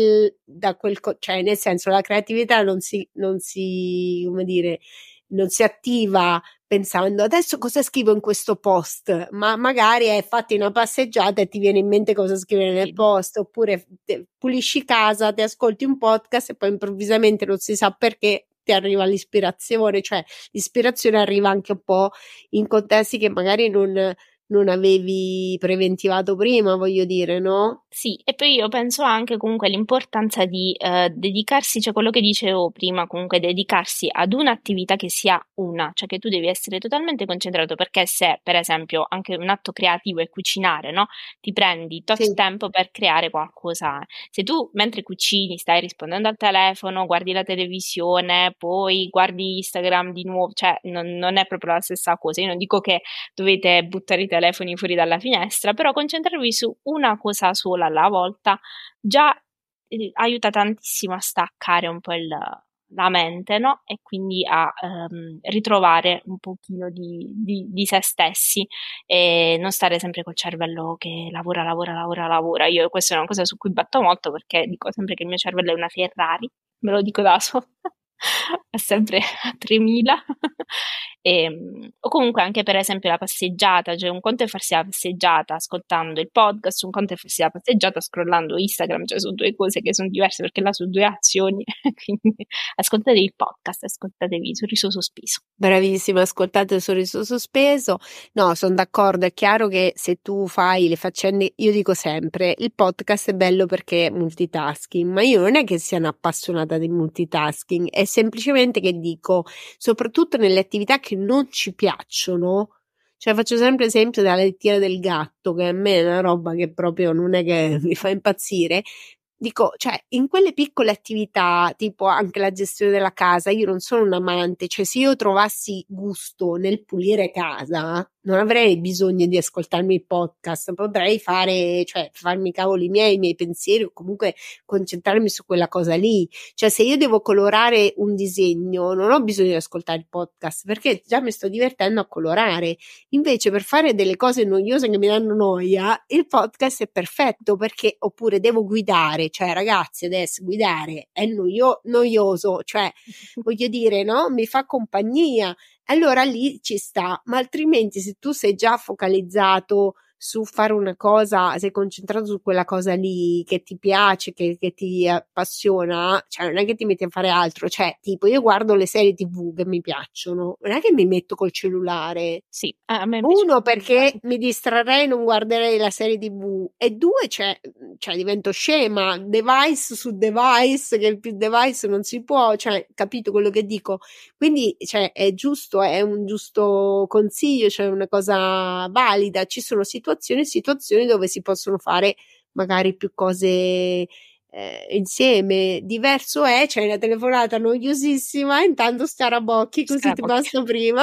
cioè nel senso la creatività non si, come dire, non si attiva pensando adesso cosa scrivo in questo post, ma magari fatti una passeggiata e ti viene in mente cosa scrivere nel post, oppure pulisci casa, ti ascolti un podcast e poi improvvisamente non si sa perché ti arriva l'ispirazione, cioè l'ispirazione arriva anche un po' in contesti che magari non avevi preventivato prima, voglio dire, no? Sì, e poi io penso anche comunque all'importanza di dedicarsi, cioè quello che dicevo prima, comunque dedicarsi ad un'attività che sia una, cioè che tu devi essere totalmente concentrato, perché se per esempio anche un atto creativo è cucinare, no? Ti prendi tot Sì. tempo per creare qualcosa. Se tu mentre cucini stai rispondendo al telefono, guardi la televisione, poi guardi Instagram di nuovo, cioè non è proprio la stessa cosa. Io non dico che dovete buttare i telefoni fuori dalla finestra, però concentrarvi su una cosa sola alla volta già aiuta tantissimo a staccare un po' la mente, no? E quindi a ritrovare un pochino di se stessi e non stare sempre col cervello che lavora, lavora, lavora, lavora. Io questa è una cosa su cui batto molto perché dico sempre che il mio cervello è una Ferrari, me lo dico da sola. È sempre a 3000 o comunque anche per esempio la passeggiata, cioè un conto è farsi la passeggiata ascoltando il podcast, un conto è farsi la passeggiata scrollando Instagram, cioè sono due cose che sono diverse perché là sono due azioni, quindi ascoltatevi il podcast, ascoltatevi Sorriso Sospeso. Bravissima, ascoltate il Sorriso Sospeso. No, sono d'accordo, è chiaro che se tu fai le faccende, io dico sempre, il podcast è bello perché è multitasking, ma io non è che sia un'appassionata di multitasking, è semplicemente che dico, soprattutto nelle attività che non ci piacciono, cioè faccio sempre esempio della lettiera del gatto, che a me è una roba che proprio non è che mi fa impazzire. Dico, cioè, in quelle piccole attività, tipo anche la gestione della casa, io non sono un amante, cioè se io trovassi gusto nel pulire casa, non avrei bisogno di ascoltarmi il podcast, potrei farmi i cavoli miei, i miei pensieri o comunque concentrarmi su quella cosa lì. Cioè se io devo colorare un disegno, non ho bisogno di ascoltare il podcast perché già mi sto divertendo a colorare. Invece per fare delle cose noiose che mi danno noia, il podcast è perfetto perché oppure devo guidare, cioè ragazzi adesso guidare è noioso, cioè voglio dire, no? Mi fa compagnia. Allora lì ci sta, ma altrimenti se tu sei già focalizzato su fare una cosa, sei concentrato su quella cosa lì che ti piace, che ti appassiona, cioè non è che ti metti a fare altro, cioè tipo io guardo le serie TV che mi piacciono, non è che mi metto col cellulare. Sì, a me invece Uno, perché mi distrarrei e non guarderei la serie TV, e due, cioè divento scema, device su device, che il più device non si può, cioè, capito quello che dico? Quindi, cioè, è giusto, è un giusto consiglio, cioè una cosa valida. Ci sono situazioni dove si possono fare magari più cose insieme. Diverso è, c'è una telefonata noiosissima, intanto scarabocchi, così ti basta prima.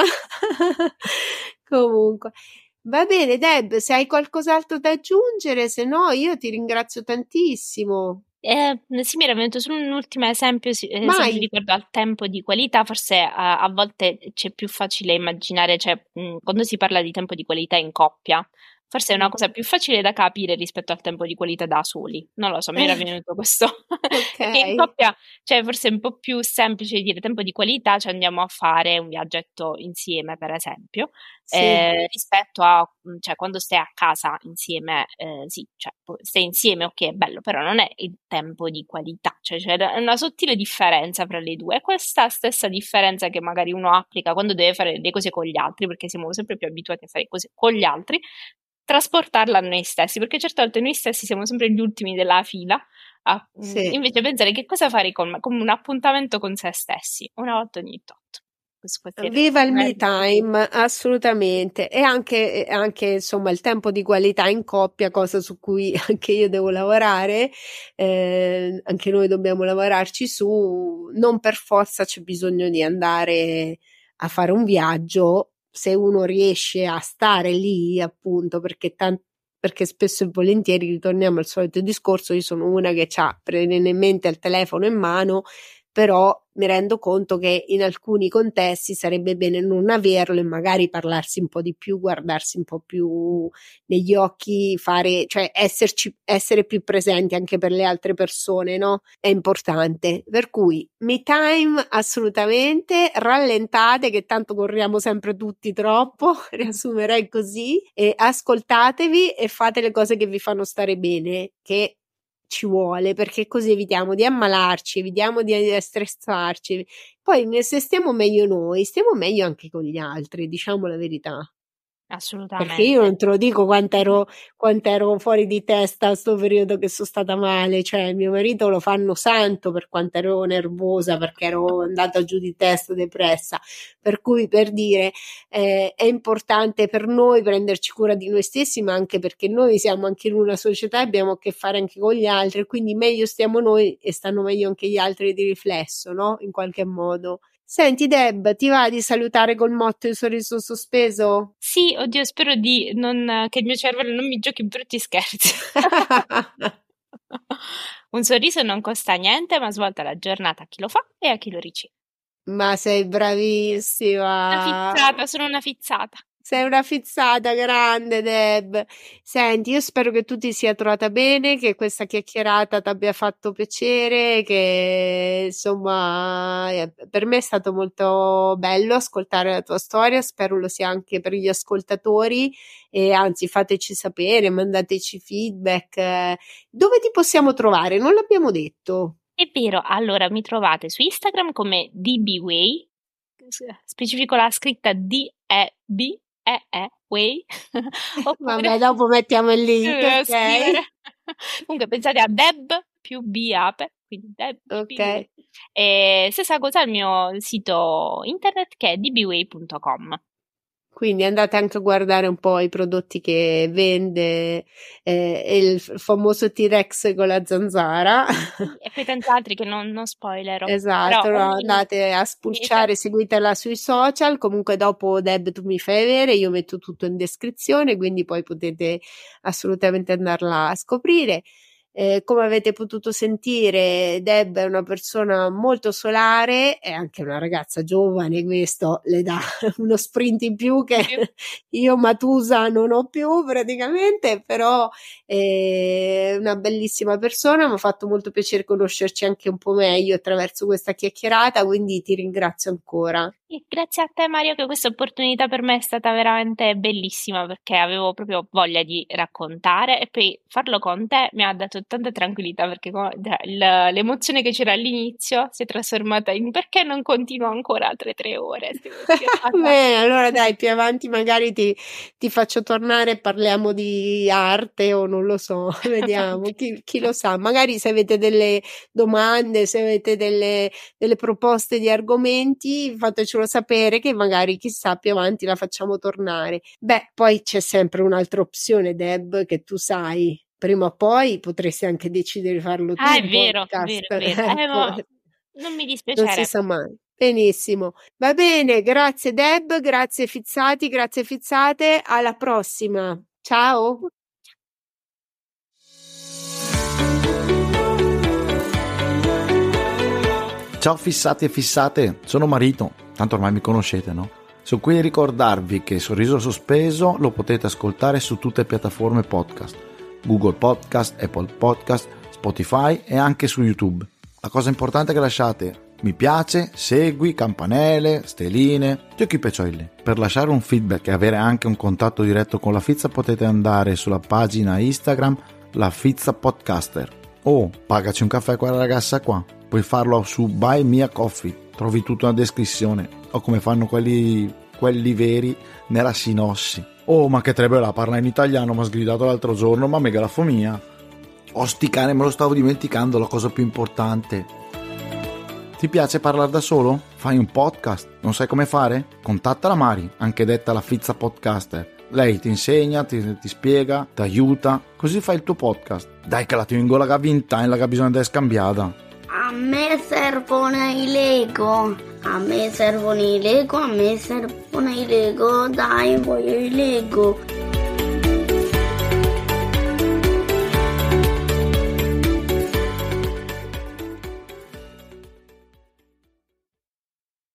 Comunque. Va bene, Deb, se hai qualcos'altro da aggiungere, se no io ti ringrazio tantissimo. Sì, mi era venuto solo un ultimo esempio, sempre riguardo al tempo di qualità, forse a volte c'è più facile immaginare, cioè quando si parla di tempo di qualità in coppia, forse è una cosa più facile da capire rispetto al tempo di qualità da soli, non lo so, mi era venuto questo, perché in coppia, cioè forse è un po' più semplice dire tempo di qualità, cioè andiamo a fare un viaggetto insieme, per esempio, rispetto a, cioè quando stai a casa insieme, sì, cioè stai insieme, ok, è bello, però non è il tempo di qualità, cioè c'è una sottile differenza fra le due, e questa stessa differenza che magari uno applica quando deve fare le cose con gli altri, perché siamo sempre più abituati a fare cose con gli altri, trasportarla a noi stessi, perché certe volte noi stessi siamo sempre gli ultimi della fila, invece pensare che cosa fare come un appuntamento con se stessi, una volta ogni tot. Viva il me time, assolutamente, e anche insomma il tempo di qualità in coppia, cosa su cui anche io devo lavorare, anche noi dobbiamo lavorarci su, non per forza c'è bisogno di andare a fare un viaggio, se uno riesce a stare lì appunto, perché spesso e volentieri ritorniamo al solito discorso, io sono una che ha perennemente il telefono in mano, però mi rendo conto che in alcuni contesti sarebbe bene non averlo e magari parlarsi un po' di più, guardarsi un po' più negli occhi, cioè essere più presenti anche per le altre persone, no? È importante. Per cui me time assolutamente, rallentate che tanto corriamo sempre tutti troppo, riassumerei così, e ascoltatevi e fate le cose che vi fanno stare bene, che ci vuole, perché così evitiamo di ammalarci, evitiamo di stressarci. Poi se stiamo meglio noi, stiamo meglio anche con gli altri, diciamo la verità. Assolutamente. Perché io non te lo dico quanto ero fuori di testa sto periodo che sono stata male, cioè mio marito lo fanno santo per quanto ero nervosa, perché ero andata giù di testa, depressa, per cui, per dire, è importante per noi prenderci cura di noi stessi, ma anche perché noi siamo anche in una società e abbiamo a che fare anche con gli altri, quindi meglio stiamo noi e stanno meglio anche gli altri di riflesso, no? In qualche modo. Senti Deb, ti va di salutare col motto il sorriso sospeso? Sì, oddio, spero che il mio cervello non mi giochi brutti scherzi. Un sorriso non costa niente, ma svolta la giornata a chi lo fa e a chi lo riceve. Ma sei bravissima! Sono una fizzata. Sei una fizzata grande, Deb. Senti, io spero che tu ti sia trovata bene, che questa chiacchierata ti abbia fatto piacere, che insomma per me è stato molto bello ascoltare la tua storia, spero lo sia anche per gli ascoltatori e anzi fateci sapere, mandateci feedback. Dove ti possiamo trovare? Non l'abbiamo detto. È vero, allora mi trovate su Instagram come DBWay, specifico la scritta D-E-B. Way. Vabbè, dopo mettiamo il link, ok? Comunque pensate a Deb più B ape, quindi Deb ok. E stessa cosa al mio sito internet che è dbway.com. Quindi andate anche a guardare un po' i prodotti che vende il famoso T-Rex con la zanzara. E poi tanti altri che non spoilerò. Esatto, Però, no, andate a spulciare, seguitela sui social, comunque dopo Deb tu mi fai avere, io metto tutto in descrizione, quindi poi potete assolutamente andarla a scoprire. Come avete potuto sentire, Deb è una persona molto solare, è anche una ragazza giovane, questo le dà uno sprint in più che io Matusa non ho più praticamente, però è una bellissima persona, mi ha fatto molto piacere conoscerci anche un po' meglio attraverso questa chiacchierata, quindi ti ringrazio ancora. E grazie a te Mario, che questa opportunità per me è stata veramente bellissima, perché avevo proprio voglia di raccontare e poi farlo con te mi ha dato tanta tranquillità, perché l'emozione che c'era all'inizio si è trasformata in perché non continuo ancora altre 3 ore. Bene, allora dai, più avanti magari ti faccio tornare e parliamo di arte o non lo so, vediamo, chi lo sa, magari se avete delle domande, se avete delle proposte di argomenti, fatecelo sapere che magari chissà più avanti la facciamo tornare. Beh, poi c'è sempre un'altra opzione, Deb, che tu sai, prima o poi potresti anche decidere di farlo tu. È vero, vero. Non mi dispiacerebbe. Non si sa mai. Benissimo, va bene, grazie Deb, grazie Fizzati, grazie Fizzate, alla prossima, ciao. Ciao fissati e fissate, sono Marito, tanto ormai mi conoscete, no? Sono qui a ricordarvi che Sorriso Sospeso lo potete ascoltare su tutte le piattaforme podcast, Google Podcast, Apple Podcast, Spotify e anche su YouTube. La cosa importante è che lasciate mi piace, segui, campanelle, steline, giochi peccioli. Per lasciare un feedback e avere anche un contatto diretto con la Fizza potete andare sulla pagina Instagram La Fizza Podcaster o pagaci un caffè a quella ragazza qua. Puoi farlo su Buy Me a Coffee, trovi tutto nella descrizione, o come fanno quelli veri nella sinossi. Oh, ma che trebella, parla in italiano, mi ha sgridato l'altro giorno, ma megalafomia. Oh, sti cane, me lo stavo dimenticando, la cosa più importante. Ti piace parlare da solo? Fai un podcast? Non sai come fare? Contatta la Mari, anche detta la Fizza Podcaster. Lei ti insegna, ti spiega, ti aiuta, così fai il tuo podcast. Dai che la tengo la gavinta, la che bisogna di scambiata. A me servono i Lego, dai voglio i Lego.